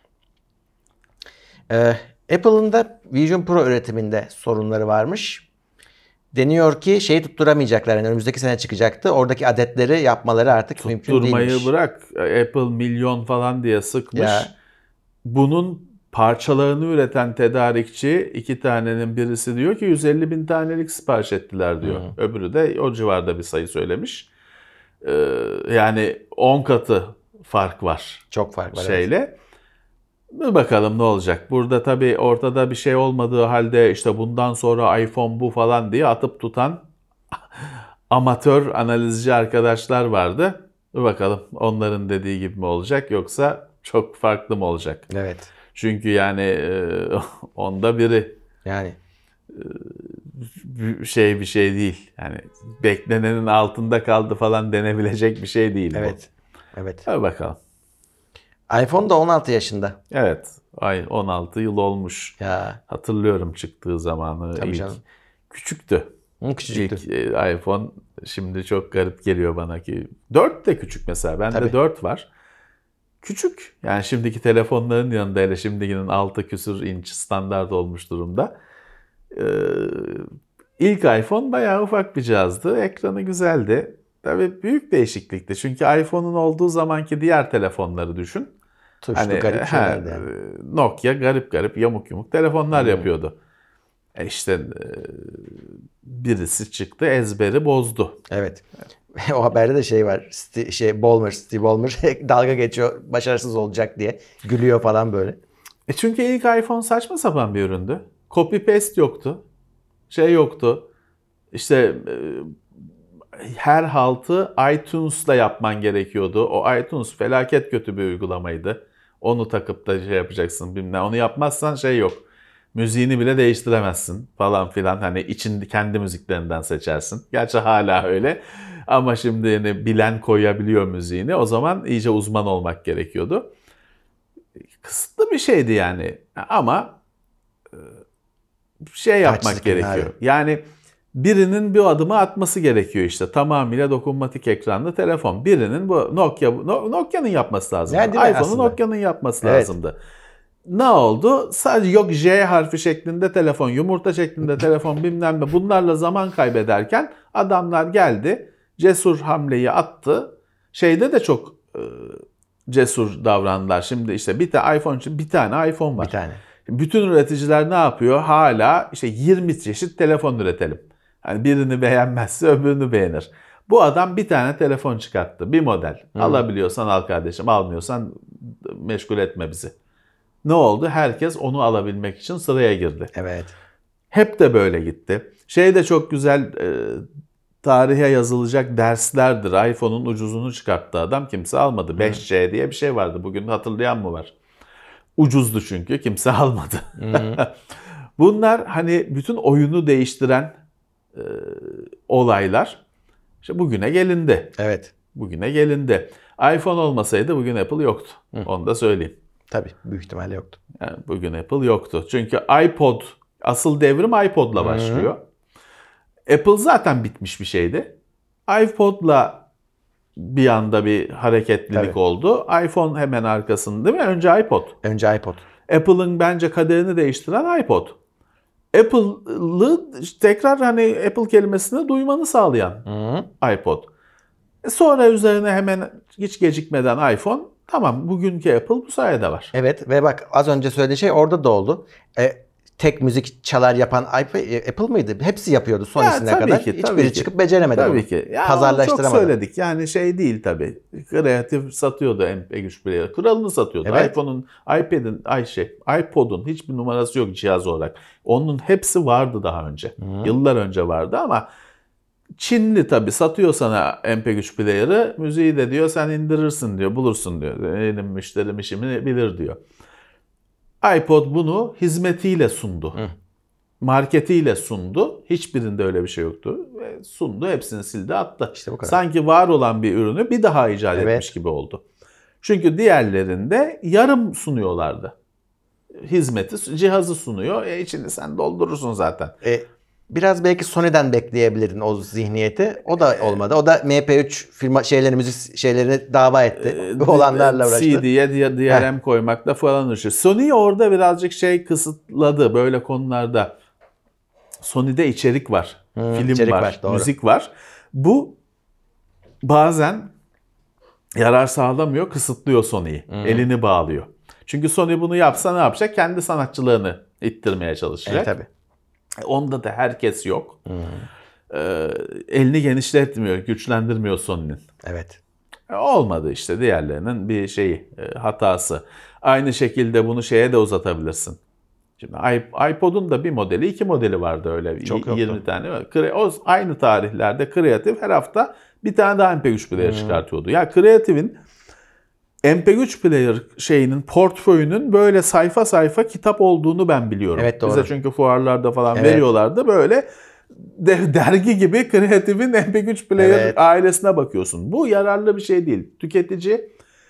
Ee, Apple'ın da Vision Pro üretiminde sorunları varmış. Deniyor ki şeyi tutturamayacaklar. Yani önümüzdeki sene çıkacaktı. Oradaki adetleri yapmaları artık mümkün değilmiş. Tutturmayı bırak. Apple milyon falan diye sıkmış. Ya. Bunun parçalarını üreten tedarikçi iki tanenin birisi diyor ki yüz elli bin tanelik sipariş ettiler diyor. Hmm. Öbürü de o civarda bir sayı söylemiş. Ee, yani on katı fark var. Çok fark var. Şeyle. Evet. Bir bakalım ne olacak. Burada tabii ortada bir şey olmadığı halde işte bundan sonra iPhone bu falan diye atıp tutan amatör analizci arkadaşlar vardı. Bir bakalım onların dediği gibi mi olacak yoksa çok farklı mı olacak? Evet. Çünkü yani e, onda biri. Yani e, şey bir şey değil. Yani beklenenin altında kaldı falan denebilecek bir şey değil evet. bu. Evet. Hadi bakalım. iPhone da on altı yaşında. Evet. Ay on altı yıl olmuş. Ya. Hatırlıyorum çıktığı zamanı. Tabii ilk. canım. Küçüktü. Hı, küçüktü. İlk e, iPhone şimdi çok garip geliyor bana ki. dört de küçük mesela. Bende Tabii. dört var. Küçük. Yani şimdiki telefonların yanında hele şimdikinin altı küsur inç standart olmuş durumda. Ee, ilk iPhone bayağı ufak bir cihazdı. Ekranı güzeldi. Tabii büyük değişiklikti. Çünkü iPhone'un olduğu zamanki diğer telefonları düşün. Tuşlu hani, garip şeylerdi yani. Nokia garip garip yamuk yumuk telefonlar hmm. yapıyordu. E işte e, birisi çıktı ezberi bozdu. Evet. O haberde de şey var. Steve, şey Ballmer, Steve Ballmer dalga geçiyor başarısız olacak diye. Gülüyor falan böyle. E çünkü ilk iPhone saçma sapan bir üründü. Copy paste yoktu. Şey yoktu. İşte e, her haltı iTunes'la yapman gerekiyordu. O iTunes felaket kötü bir uygulamaydı. Onu takıp da şey yapacaksın bilmem. Onu yapmazsan şey yok. Müziğini bile değiştiremezsin falan filan. Hani içinde kendi müziklerinden seçersin. Gerçi hala öyle. Ama şimdi yani bilen koyabiliyor müziğini. O zaman iyice uzman olmak gerekiyordu. Kısıtlı bir şeydi yani. Ama şey yapmak gerekiyor. Abi. Yani birinin bir adımı atması gerekiyor işte. Tamamıyla dokunmatik ekranlı telefon. Birinin bu Nokia Nokia'nın yapması lazım. Yani iPhone'un Nokia'nın yapması evet. lazımdı. Ne oldu? Sadece yok J harfi şeklinde telefon, yumurta şeklinde telefon bilmem ne bunlarla zaman kaybederken adamlar geldi. Cesur hamleyi attı. Şeyde de çok e, cesur davrandılar. Şimdi işte bir tane iPhone için bir tane iPhone var. Bir tane. Bütün üreticiler ne yapıyor? Hala işte yirmi çeşit telefon üretelim. Yani birini beğenmezse öbürünü beğenir. Bu adam bir tane telefon çıkarttı. Bir model. Hmm. Alabiliyorsan al kardeşim. Almıyorsan meşgul etme bizi. Ne oldu? Herkes onu alabilmek için sıraya girdi. Evet. Hep de böyle gitti. Şey de çok güzel e, tarihe yazılacak derslerdir. iPhone'un ucuzunu çıkarttı adam. Kimse almadı. Hmm. beş C diye bir şey vardı. Bugün hatırlayan mı var? Ucuzdu çünkü. Kimse almadı. Hmm. Bunlar hani bütün oyunu değiştiren e, olaylar. İşte bugüne gelindi. Evet. Bugüne gelindi. iPhone olmasaydı bugün Apple yoktu. Hı. Onu da söyleyeyim. Tabii büyük ihtimalle yoktu. Yani bugün Apple yoktu. Çünkü iPod, asıl devrim iPod'la başlıyor. Hı. Apple zaten bitmiş bir şeydi. iPod'la bir anda bir hareketlilik Tabii. oldu. iPhone hemen arkasında değil mi? Önce iPod. Önce iPod. Apple'ın bence kaderini değiştiren iPod. Apple'ı tekrar hani Apple kelimesini duymanı sağlayan Hı. iPod. Sonra üzerine hemen hiç gecikmeden iPhone. Tamam bugünkü Apple bu sayede var. Evet ve bak az önce söylediği şey orada da oldu. E, tek müzik çalar yapan Apple mıydı? Hepsi yapıyordu son ya, ismine kadar. Ki, Hiçbiri ki. çıkıp beceremedi tabii bunu. Ki. Ya, pazarlaştıramadı. Çok söyledik. Yani şey değil tabii. Kreatif satıyordu M P üç player. Kralını satıyordu. Evet. iPhone'un, iPad'in, ay şey, iPod'un hiçbir numarası yok cihaz olarak. Onun hepsi vardı daha önce. Hı. Yıllar önce vardı ama Çinli tabii satıyor sana M P üç player'ı. Müziği de diyor sen indirirsin diyor, bulursun diyor. Benim müşterim işimi bilir diyor. iPod bunu hizmetiyle sundu. Hı. Marketiyle sundu. Hiçbirinde öyle bir şey yoktu. Ve sundu, hepsini sildi, attı. İşte bu kadar. Sanki var olan bir ürünü bir daha icat evet. etmiş gibi oldu. Çünkü diğerlerinde yarım sunuyorlardı. Hizmeti, cihazı sunuyor. E içini sen doldurursun zaten. E, biraz belki Sony'den bekleyebilirdin o zihniyeti. O da olmadı. O da M P üç firma şeylerini, müzik şeylerini dava etti. E, olanlarla uğraştı. C D'ye D R M koymakla falan uğraşıyor. Sony orada birazcık şey kısıtladı böyle konularda. Sony'de içerik var. Hmm, film içerik var, var müzik var. Bu bazen yarar sağlamıyor, kısıtlıyor Sony'yi. Hmm. Elini bağlıyor. Çünkü Sony bunu yapsa ne yapacak? Kendi sanatçılığını ittirmeye çalışacak. E, tabii. Onda da herkes yok. Hmm. Ee, elini genişletmiyor, güçlendirmiyor Sony'nin. Evet. E, olmadı işte diğerlerinin bir şeyi, e, hatası. Aynı şekilde bunu şeye de uzatabilirsin. Şimdi iPod'un da bir modeli, iki modeli vardı öyle. Çok yirmi yoktu. Tane var. O aynı tarihlerde Creative her hafta bir tane daha M P üç player hmm. çıkartıyordu. Ya Creative'in M P üç player şeyinin, portföyünün böyle sayfa sayfa kitap olduğunu ben biliyorum. Evet, doğru. Bize çünkü fuarlarda falan evet. veriyorlardı. Böyle de, dergi gibi Creative'in M P üç player evet. ailesine bakıyorsun. Bu yararlı bir şey değil. Tüketici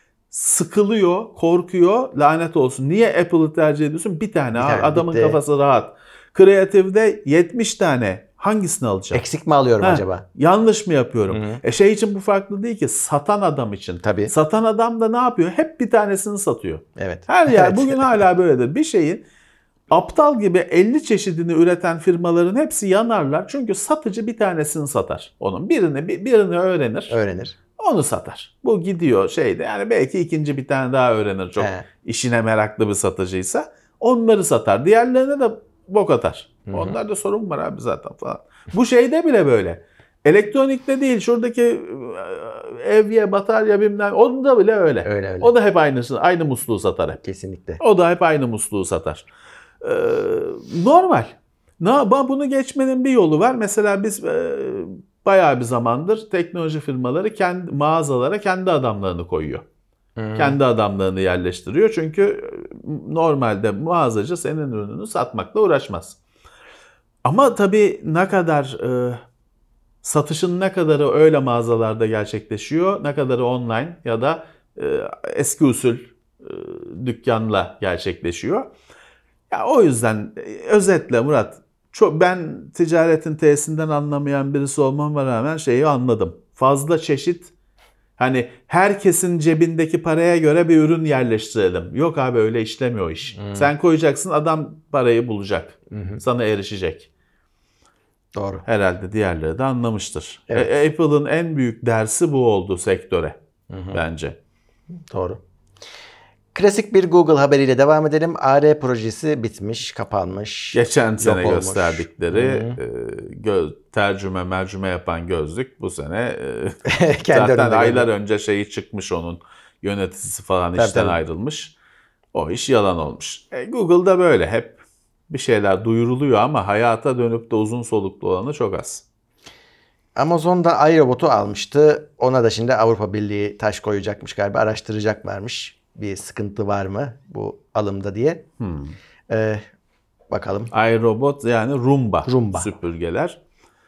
sıkılıyor, korkuyor, lanet olsun. Niye Apple'ı tercih ediyorsun? Bir tane, bir tane adamın bitti. Kafası rahat. Creative'de yetmiş tane. Hangisini alacağım? Eksik mi alıyorum ha, acaba? Yanlış mı yapıyorum? Hı-hı. E şey için bu farklı değil ki. Satan adam için. Tabii. Satan adam da ne yapıyor? Hep bir tanesini satıyor. Evet. Her yer evet. bugün hala böyledir. Bir şeyin aptal gibi elli çeşidini üreten firmaların hepsi yanarlar. Çünkü satıcı bir tanesini satar. Onun birini birini öğrenir. Öğrenir. Onu satar. Bu gidiyor şeyde. Yani belki ikinci bir tane daha öğrenir. Çok He. işine meraklı bir satıcıysa. Onları satar. Diğerlerine de bok atar. Hı-hı. Onlarda sorun var abi zaten falan. Bu şeyde bile böyle. Elektronikte değil. Şuradaki evye, batarya bilmem. Onda bile öyle. Öyle öyle. O da hep aynısını, aynı musluğu satar hep. Kesinlikle. O da hep aynı musluğu satar. Ee, normal. Bunu geçmenin bir yolu var. Mesela biz e, bayağı bir zamandır teknoloji firmaları kendi mağazalara kendi adamlarını koyuyor. Hmm. Kendi adamlarını yerleştiriyor. Çünkü normalde mağazacı senin ürününü satmakla uğraşmaz. Ama tabii ne kadar e, satışın ne kadarı öyle mağazalarda gerçekleşiyor, ne kadarı online ya da e, eski usul e, dükkanla gerçekleşiyor. Ya o yüzden e, özetle Murat, çok, ben ticaretin T'sinden anlamayan birisi olmama rağmen şeyi anladım. Fazla çeşit, hani herkesin cebindeki paraya göre bir ürün yerleştirelim. Yok abi, öyle işlemiyor iş. Hmm. Sen koyacaksın, adam parayı bulacak. Hmm. Sana erişecek. Doğru. Herhalde diğerleri de anlamıştır. Evet. E, Apple'ın en büyük dersi bu oldu sektöre. Hı hı. Bence. Doğru. Klasik bir Google haberiyle devam edelim. A R projesi bitmiş, kapanmış. Geçen sene olmuş. Gösterdikleri e, göz, tercüme mercüme yapan gözlük bu sene e, zaten aylar geldi. Önce şeyi çıkmış, onun yöneticisi falan tabii, işten tabii. ayrılmış. O iş yalan olmuş. E, Google'da böyle hep bir şeyler duyuruluyor ama hayata dönüp de uzun soluklu olanı çok az. Amazon da iRobot'u almıştı. Ona da şimdi Avrupa Birliği taş koyacakmış galiba. Araştıracaklarmış. Bir sıkıntı var mı bu alımda diye. Hmm. Ee, bakalım. iRobot yani Roomba, Roomba. süpürgeler.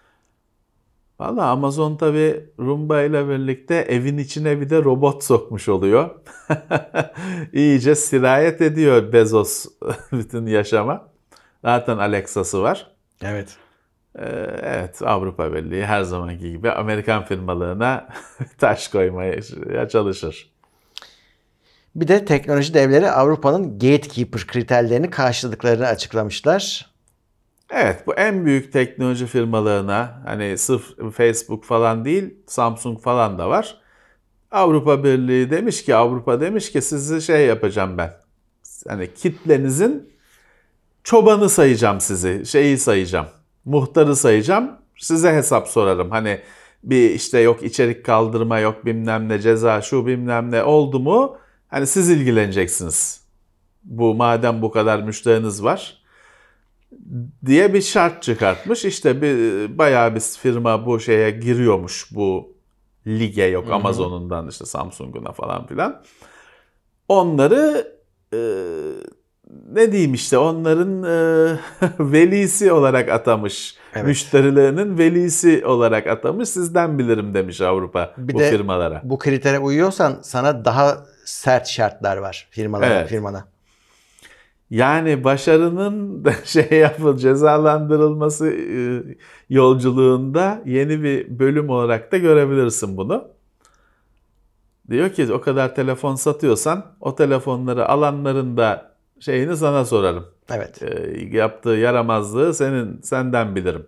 Valla Amazon tabii Roomba ile birlikte evin içine bir de robot sokmuş oluyor. İyice sirayet ediyor Bezos bütün yaşama. Zaten Alexa'sı var. Evet. Ee, evet, Avrupa Birliği her zamanki gibi Amerikan firmalarına taş koymaya çalışır. Bir de teknoloji devleri Avrupa'nın gatekeeper kriterlerini karşıladıklarını açıklamışlar. Evet, bu en büyük teknoloji firmalarına, hani sırf Facebook falan değil, Samsung falan da var. Avrupa Birliği demiş ki, Avrupa demiş ki sizi şey yapacağım ben. Hani kitlenizin çobanı sayacağım sizi, şeyi sayacağım, muhtarı sayacağım, size hesap sorarım. Hani bir işte yok içerik kaldırma, yok bilmem ne ceza, şu bilmem ne oldu mu, hani siz ilgileneceksiniz. Bu madem bu kadar müşteriniz var. diye bir şart çıkartmış. İşte bir bayağı bir firma bu şeye giriyormuş, bu lige, yok Amazon'undan işte Samsung'una falan filan. Onları e, ne diyeyim işte onların e, velisi olarak atamış. Evet. Müşterilerinin velisi olarak atamış. Sizden bilirim demiş Avrupa bir bu de firmalara. Bu kritere uyuyorsan sana daha sert şartlar var firmalara, evet. firmana. Yani başarının şey yapıl cezalandırılması yolculuğunda yeni bir bölüm olarak da görebilirsin bunu. Diyor ki o kadar telefon satıyorsan o telefonları alanların da şeyini sana sorarım. Evet. E, yaptığı yaramazlığı senin senden bilirim.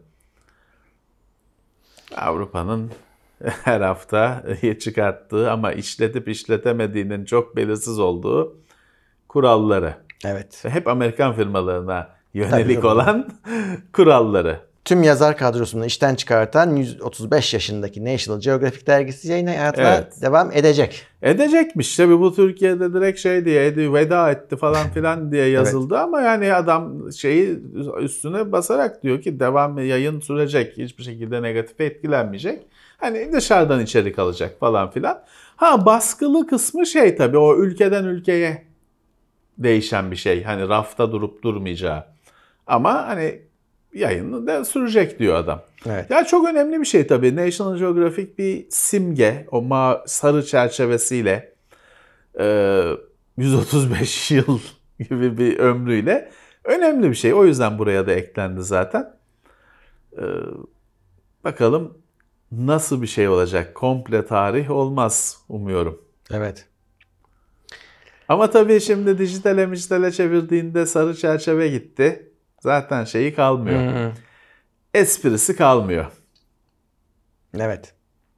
Avrupa'nın her hafta çıkarttığı ama işletip işletemediğinin çok belirsiz olduğu kuralları. Evet. Hep Amerikan firmalarına yönelik Tabii, olan kuralları. Tüm yazar kadrosunu işten çıkartan yüz otuz beş yaşındaki National Geographic dergisi yayın hayatına evet. devam edecek. Edecekmiş. Tabii bu Türkiye'de direkt şey diye veda etti falan filan diye yazıldı evet. ama yani adam şeyi üstüne basarak diyor ki devam yayın sürecek. Hiçbir şekilde negatif etkilenmeyecek. Hani dışarıdan içerik alacak falan filan. Ha baskılı kısmı şey tabii o ülkeden ülkeye değişen bir şey. Hani rafta durup durmayacağı. Ama hani yayını da sürecek diyor adam. Evet. Ya çok önemli bir şey tabii. National Geographic bir simge. O ma sarı çerçevesiyle e, yüz otuz beş yıl gibi bir ömrüyle önemli bir şey. O yüzden buraya da eklendi zaten. E, bakalım nasıl bir şey olacak? Komple tarih olmaz umuyorum. Evet. Ama tabii şimdi dijitale dijitale çevirdiğinde sarı çerçeve gitti. Zaten şeyi kalmıyor. Hmm. Esprisi kalmıyor. Evet.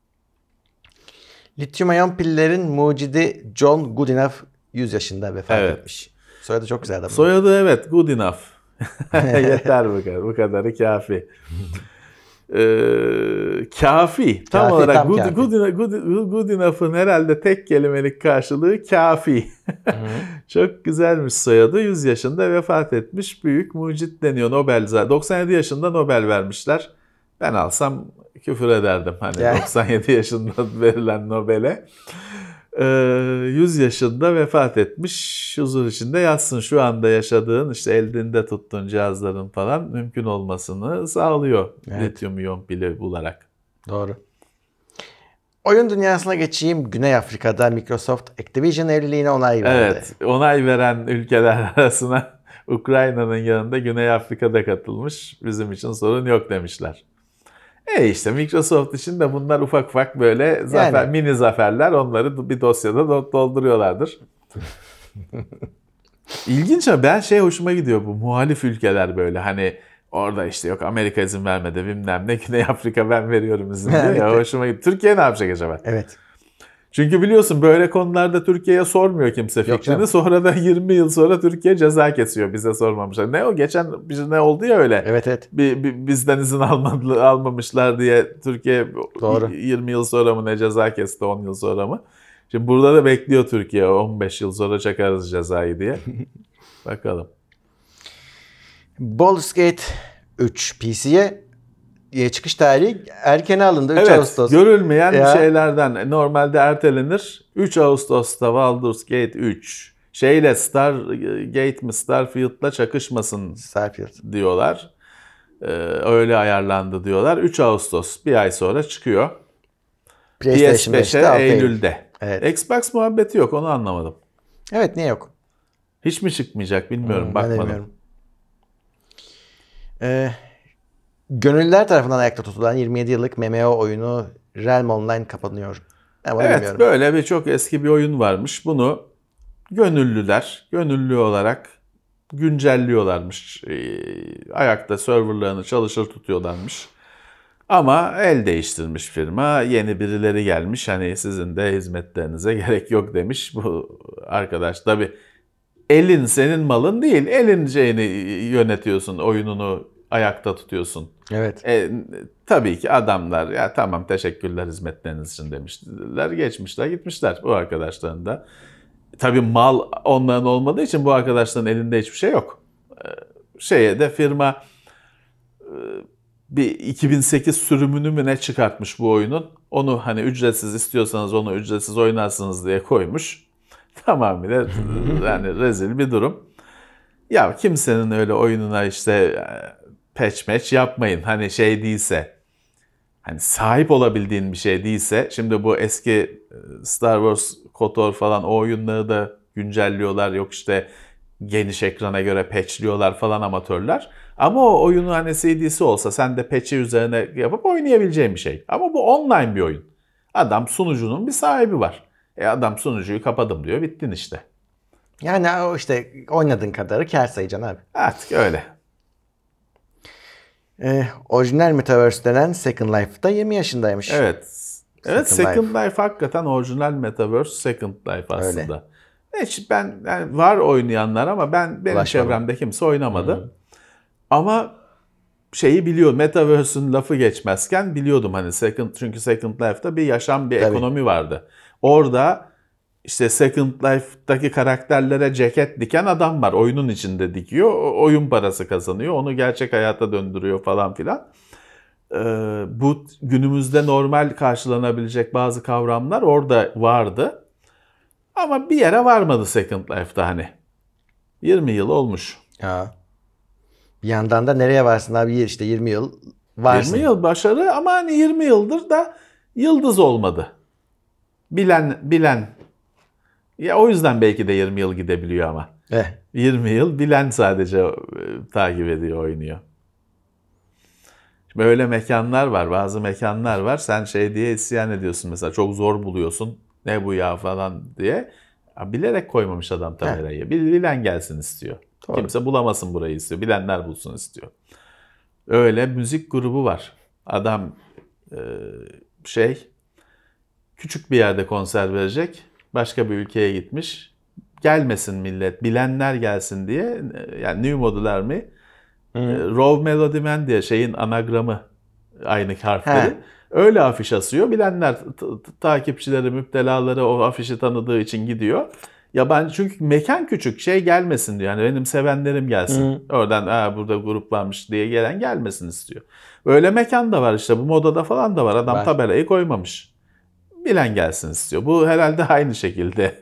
Lityum iyon pillerin mucidi John Goodenough yüz yaşında vefat evet. etmiş. Soyadı çok güzel. Soyadı evet Goodenough. Yeter bu kadar. Bu kadarı kafi. Ee, kafi. Tam kafi, olarak tam good, good, good, good enough'ın herhalde tek kelimelik karşılığı kafi. Çok güzelmiş soyadı. yüz yaşında vefat etmiş. Büyük mucit deniyor. Nobel zaten. doksan yedi yaşında Nobel vermişler. Ben alsam küfür ederdim. Hani yani. doksan yedi yaşında verilen Nobel'e. Ee, yüz yaşında vefat etmiş. Huzur içinde yatsın. Şu anda yaşadığın işte elinde tuttuğun cihazların falan mümkün olmasını sağlıyor. Evet. Lityum iyon pili bularak. Doğru. Oyun dünyasına geçeyim. Güney Afrika'da Microsoft Activision evliliğine onay verdi. Evet. Onay veren ülkeler arasına Ukrayna'nın yanında Güney Afrika'da katılmış. Bizim için sorun yok demişler. E işte Microsoft için de bunlar ufak ufak böyle zafer, yani. mini zaferler, onları bir dosyada dolduruyorlardır. İlginç ama ben şey hoşuma gidiyor bu muhalif ülkeler böyle hani orada işte yok Amerika izin vermedi bilmem ne Güney Afrika ben veriyorum izin diyor ya hoşuma gidiyor. Türkiye ne yapacak acaba? Evet. Çünkü biliyorsun böyle konularda Türkiye'ye sormuyor kimse fikrini. Sonra da yirmi yıl sonra Türkiye ceza kesiyor. Bize sormamışlar. Ne o? Geçen bir ne oldu ya öyle. Evet evet. Bir, bir, bizden izin almadı, almamışlar diye Türkiye Doğru. yirmi yıl sonra mı ne ceza kesti, on yıl sonra mı? Şimdi burada da bekliyor Türkiye on beş yıl sonra çakarız cezayı diye. Bakalım. Baldur's Gate üç P C'ye çıkış tarihi erken alındı. üç evet, Ağustos. Görülmeyen ya. şeylerden. Normalde ertelenir. üç Ağustos'ta Baldur's Gate üç. Şeyle Stargate mi Starfield'la çakışmasın Starfield. diyorlar. Ee, öyle ayarlandı diyorlar. üç Ağustos bir ay sonra çıkıyor. P S beşe Eylül'de. Evet. Xbox muhabbeti yok onu anlamadım. Evet niye yok? Hiç mi çıkmayacak bilmiyorum hmm, bakmadım. Bilmiyorum. Ee, Gönüllüler tarafından ayakta tutulan yirmi yedi yıllık M M O oyunu Realm Online kapanıyor. Evet bilmiyorum. Böyle bir çok eski bir oyun varmış. Bunu gönüllüler gönüllü olarak güncelliyorlarmış. Ee, ayakta serverlarını çalışır tutuyorlarmış. Ama el değiştirmiş firma. Yeni birileri gelmiş. Hani sizin de hizmetlerinize gerek yok demiş. Bu arkadaş tabii elin senin malın değil. Elin şeyini yönetiyorsun. Oyununu ayakta tutuyorsun. Evet. E, tabii ki adamlar ya tamam teşekkürler hizmetleriniz için demişler. Geçmişler gitmişler bu arkadaşların da. Tabii mal onların olmadığı için bu arkadaşların elinde hiçbir şey yok. şeye de firma bir iki bin sekiz sürümünü mü ne çıkartmış bu oyunun. Onu hani ücretsiz istiyorsanız onu ücretsiz oynarsınız diye koymuş. Tamamıyla yani rezil bir durum. Ya kimsenin öyle oyununa işte patch match yapmayın. Hani şey değilse, hani sahip olabildiğin bir şey değilse, şimdi bu eski Star Wars, KOTOR falan o oyunları da güncelliyorlar. Yok işte geniş ekrana göre patchliyorlar falan amatörler. Ama o oyunun hani C D'si olsa sen de patch'i üzerine yapıp oynayabileceğin bir şey. Ama bu online bir oyun. Adam sunucunun bir sahibi var. E adam sunucuyu kapadım diyor, bittin işte. Yani o işte oynadığın kadarı kâr sayacaksın abi. Artık öyle. Ee, orijinal Metaverse denen Second Life'da yirmi yaşındaymış. Evet. Evet, Second Second Life. Life hakikaten orijinal Metaverse Second Life aslında. Öyle. Hiç ben yani var oynayanlar ama ben benim Ulaşmadım. çevremde kimse oynamadı. Hı. Ama şeyi biliyor, Metaverse'ün lafı geçmezken biliyordum hani Second, çünkü Second Life'da bir yaşam, bir Tabii. ekonomi vardı. Orada işte Second Life'daki karakterlere ceket diken adam var. Oyunun içinde dikiyor. Oyun parası kazanıyor. Onu gerçek hayata döndürüyor falan filan. Ee, bu günümüzde normal karşılanabilecek bazı kavramlar orada vardı. Ama bir yere varmadı Second Life'da hani. yirmi yıl olmuş. Ya. Bir yandan da nereye varsın abi, işte yirmi yıl varsın. yirmi yıl başarı ama hani yirmi yıldır da yıldız olmadı. Bilen bilen. Ya o yüzden belki de yirmi yıl gidebiliyor ama. Eh. yirmi yıl bilen sadece e, takip ediyor, oynuyor. Şimdi öyle mekanlar var, bazı mekanlar var. Sen şey diye isyan ediyorsun mesela, çok zor buluyorsun. Ne bu ya falan diye. Ya bilerek koymamış adam kamerayı. Bilen gelsin istiyor. Doğru. Kimse bulamasın burayı istiyor. Bilenler bulsun istiyor. Öyle müzik grubu var. Adam e, şey küçük bir yerde konser verecek. Başka bir ülkeye gitmiş. Gelmesin millet, bilenler gelsin diye. Yani New Modular mı? Raw Melody Man diye şeyin anagramı, aynı harfleri. He. Öyle afiş asıyor. Bilenler, t- t- takipçileri, müptelaları o afişi tanıdığı için gidiyor. Yabancı, çünkü mekan küçük, şey gelmesin diyor. Yani benim sevenlerim gelsin. Hı. Oradan Aa, burada grup varmış diye gelen gelmesin istiyor. Öyle mekan da var işte, bu modada falan da var. Adam var. Tabelayı koymamış. Bilen gelsin istiyor. Bu herhalde aynı şekilde.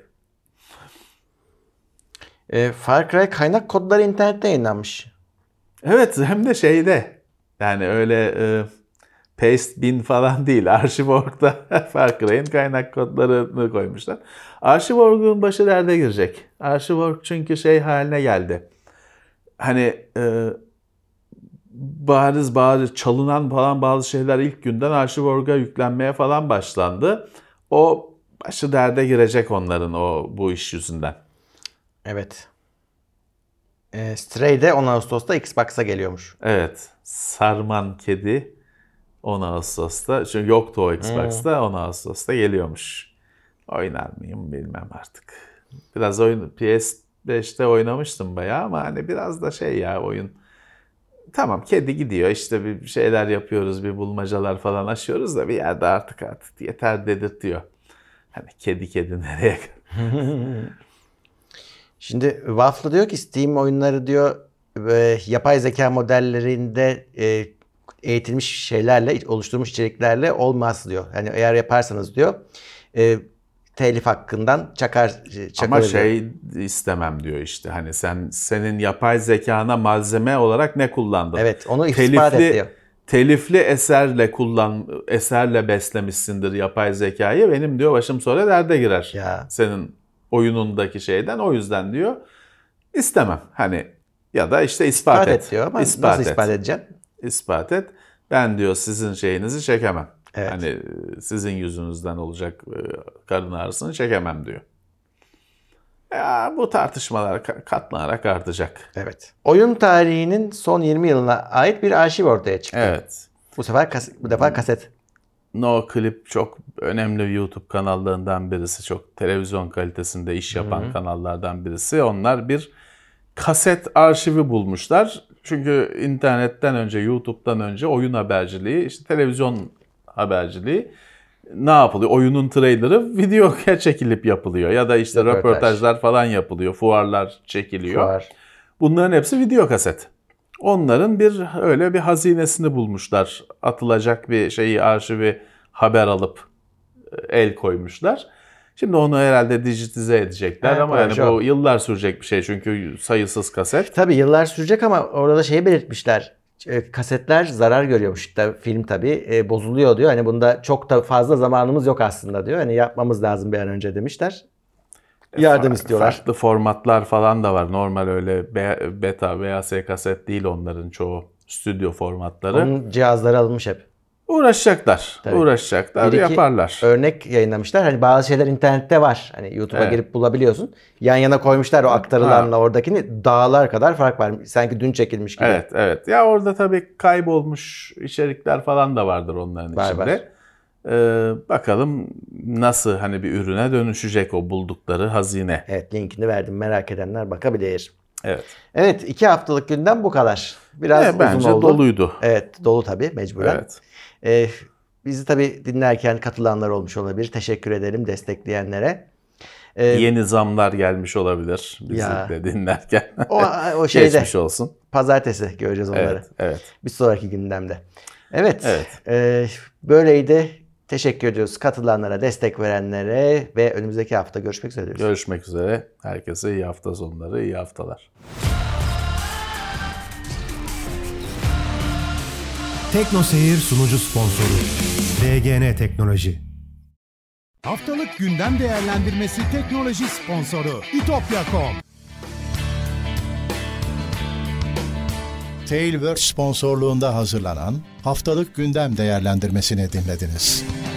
E, Far Cry kaynak kodları internette yayınlanmış. Evet, hem de şeyde, yani öyle e, paste bin falan değil. Archive.org'da Far Cry'in kaynak kodlarını koymuşlar. Archive.org'un başı derde girecek. Archive.org çünkü şey haline geldi. Hani e, bariz bariz çalınan falan bazı şeyler ilk günden Archive.org'a yüklenmeye falan başlandı. O başı derde girecek onların, o bu iş yüzünden. Evet. E, Stray de on Ağustos'ta Xbox'a geliyormuş. Evet. Sarman Kedi on Ağustos'ta. Çünkü yoktu o Xbox'ta. Hmm. on Ağustos'ta geliyormuş. Oynar mıyım bilmem artık. Biraz oyun P S beşte oynamıştım bayağı ama hani biraz da şey ya oyun. Tamam, kedi gidiyor işte, bir şeyler yapıyoruz, bir bulmacalar falan aşıyoruz da bir yerde artık artık yeter dedirtiyor. Hani kedi kedi nereye Şimdi Waffle diyor ki Steam oyunları diyor e, yapay zeka modellerinde e, eğitilmiş şeylerle, oluşturmuş içeriklerle olmaz diyor. Yani eğer yaparsanız diyor e, telif hakkından çakar çakar. Ama şey istemem diyor işte, hani sen senin yapay zekana malzeme olarak ne kullandın? Evet, onu ispat et diyor. Telifli eserle kullan, eserle beslemişsindir yapay zekayı. Benim diyor başım sonra derde girer. Ya. Senin oyunundaki şeyden, o yüzden diyor istemem. Hani ya da işte ispat, ispat et. et diyor ama ispat nasıl et. ispat edeceksin? İspat et. Ben diyor sizin şeyinizi çekemem. Evet. Hani sizin yüzünüzden olacak karın ağrısını çekemem diyor. Ya bu tartışmalar katlanarak artacak. Evet. Oyun tarihinin son yirmi yılına ait bir arşiv ortaya çıktı. Evet. Bu sefer kas- bu defa kaset. No Clip çok önemli YouTube kanallarından birisi. Çok televizyon kalitesinde iş yapan Hı-hı. kanallardan birisi. Onlar bir kaset arşivi bulmuşlar. Çünkü internetten önce, YouTube'dan önce oyun haberciliği, işte televizyon haberciliği ne yapılıyor? Oyunun trailerı videoya çekilip yapılıyor. Ya da işte Röportaj. röportajlar falan yapılıyor. Fuarlar çekiliyor. Fuar. Bunların hepsi video kaset. Onların bir öyle bir hazinesini bulmuşlar. Atılacak bir şeyi, arşivi haber alıp el koymuşlar. Şimdi onu herhalde dijitize edecekler Evet, ama yani proje o. bu yıllar sürecek bir şey çünkü sayısız kaset. Tabii yıllar sürecek ama orada da şeyi belirtmişler. E, kasetler zarar görüyormuş. İşte film tabii e, bozuluyor diyor. Hani bunda çok da fazla zamanımız yok aslında diyor. Hani yapmamız lazım bir an önce demişler. Yardım Fa- istiyorlar. Farklı formatlar falan da var. Normal öyle be- beta veya S kaset değil onların çoğu, stüdyo formatları. Onun cihazları alınmış hep. Uğraşacaklar. Tabii. Uğraşacaklar, Bir iki yaparlar. örnek yayınlamışlar. Hani bazı şeyler internette var. Hani YouTube'a Evet. girip bulabiliyorsun. Yan yana koymuşlar o aktarılanla oradakini. Dağlar kadar fark var. Sanki dün çekilmiş gibi. Evet, evet. Ya orada tabii kaybolmuş içerikler falan da vardır onların Var, içinde. var. Ee, bakalım nasıl hani bir ürüne dönüşecek o buldukları hazine. Evet, linkini verdim. Merak edenler bakabilir. Evet. Evet, iki haftalık gündem bu kadar. Biraz Evet, uzun bence oldu. doluydu. Evet, dolu tabii mecburen. Evet. Ee, bizi tabii dinlerken katılanlar olmuş olabilir. Teşekkür edelim destekleyenlere. Ee, Yeni zamlar gelmiş olabilir bizi Ya. de dinlerken. o, o şeyde Geçmiş olsun. pazartesi göreceğiz onları. Evet, evet. Bir sonraki gündemde. Evet, Evet. e, böyleydi. Teşekkür ediyoruz katılanlara, destek verenlere ve önümüzdeki hafta görüşmek üzere diyoruz. Görüşmek üzere. Herkese iyi hafta sonları, iyi haftalar. Tekno Seyir sunucu sponsoru D G N Teknoloji. Haftalık gündem değerlendirmesi teknoloji sponsoru itopya nokta com. Tailwords sponsorluğunda hazırlanan haftalık gündem değerlendirmesini dinlediniz.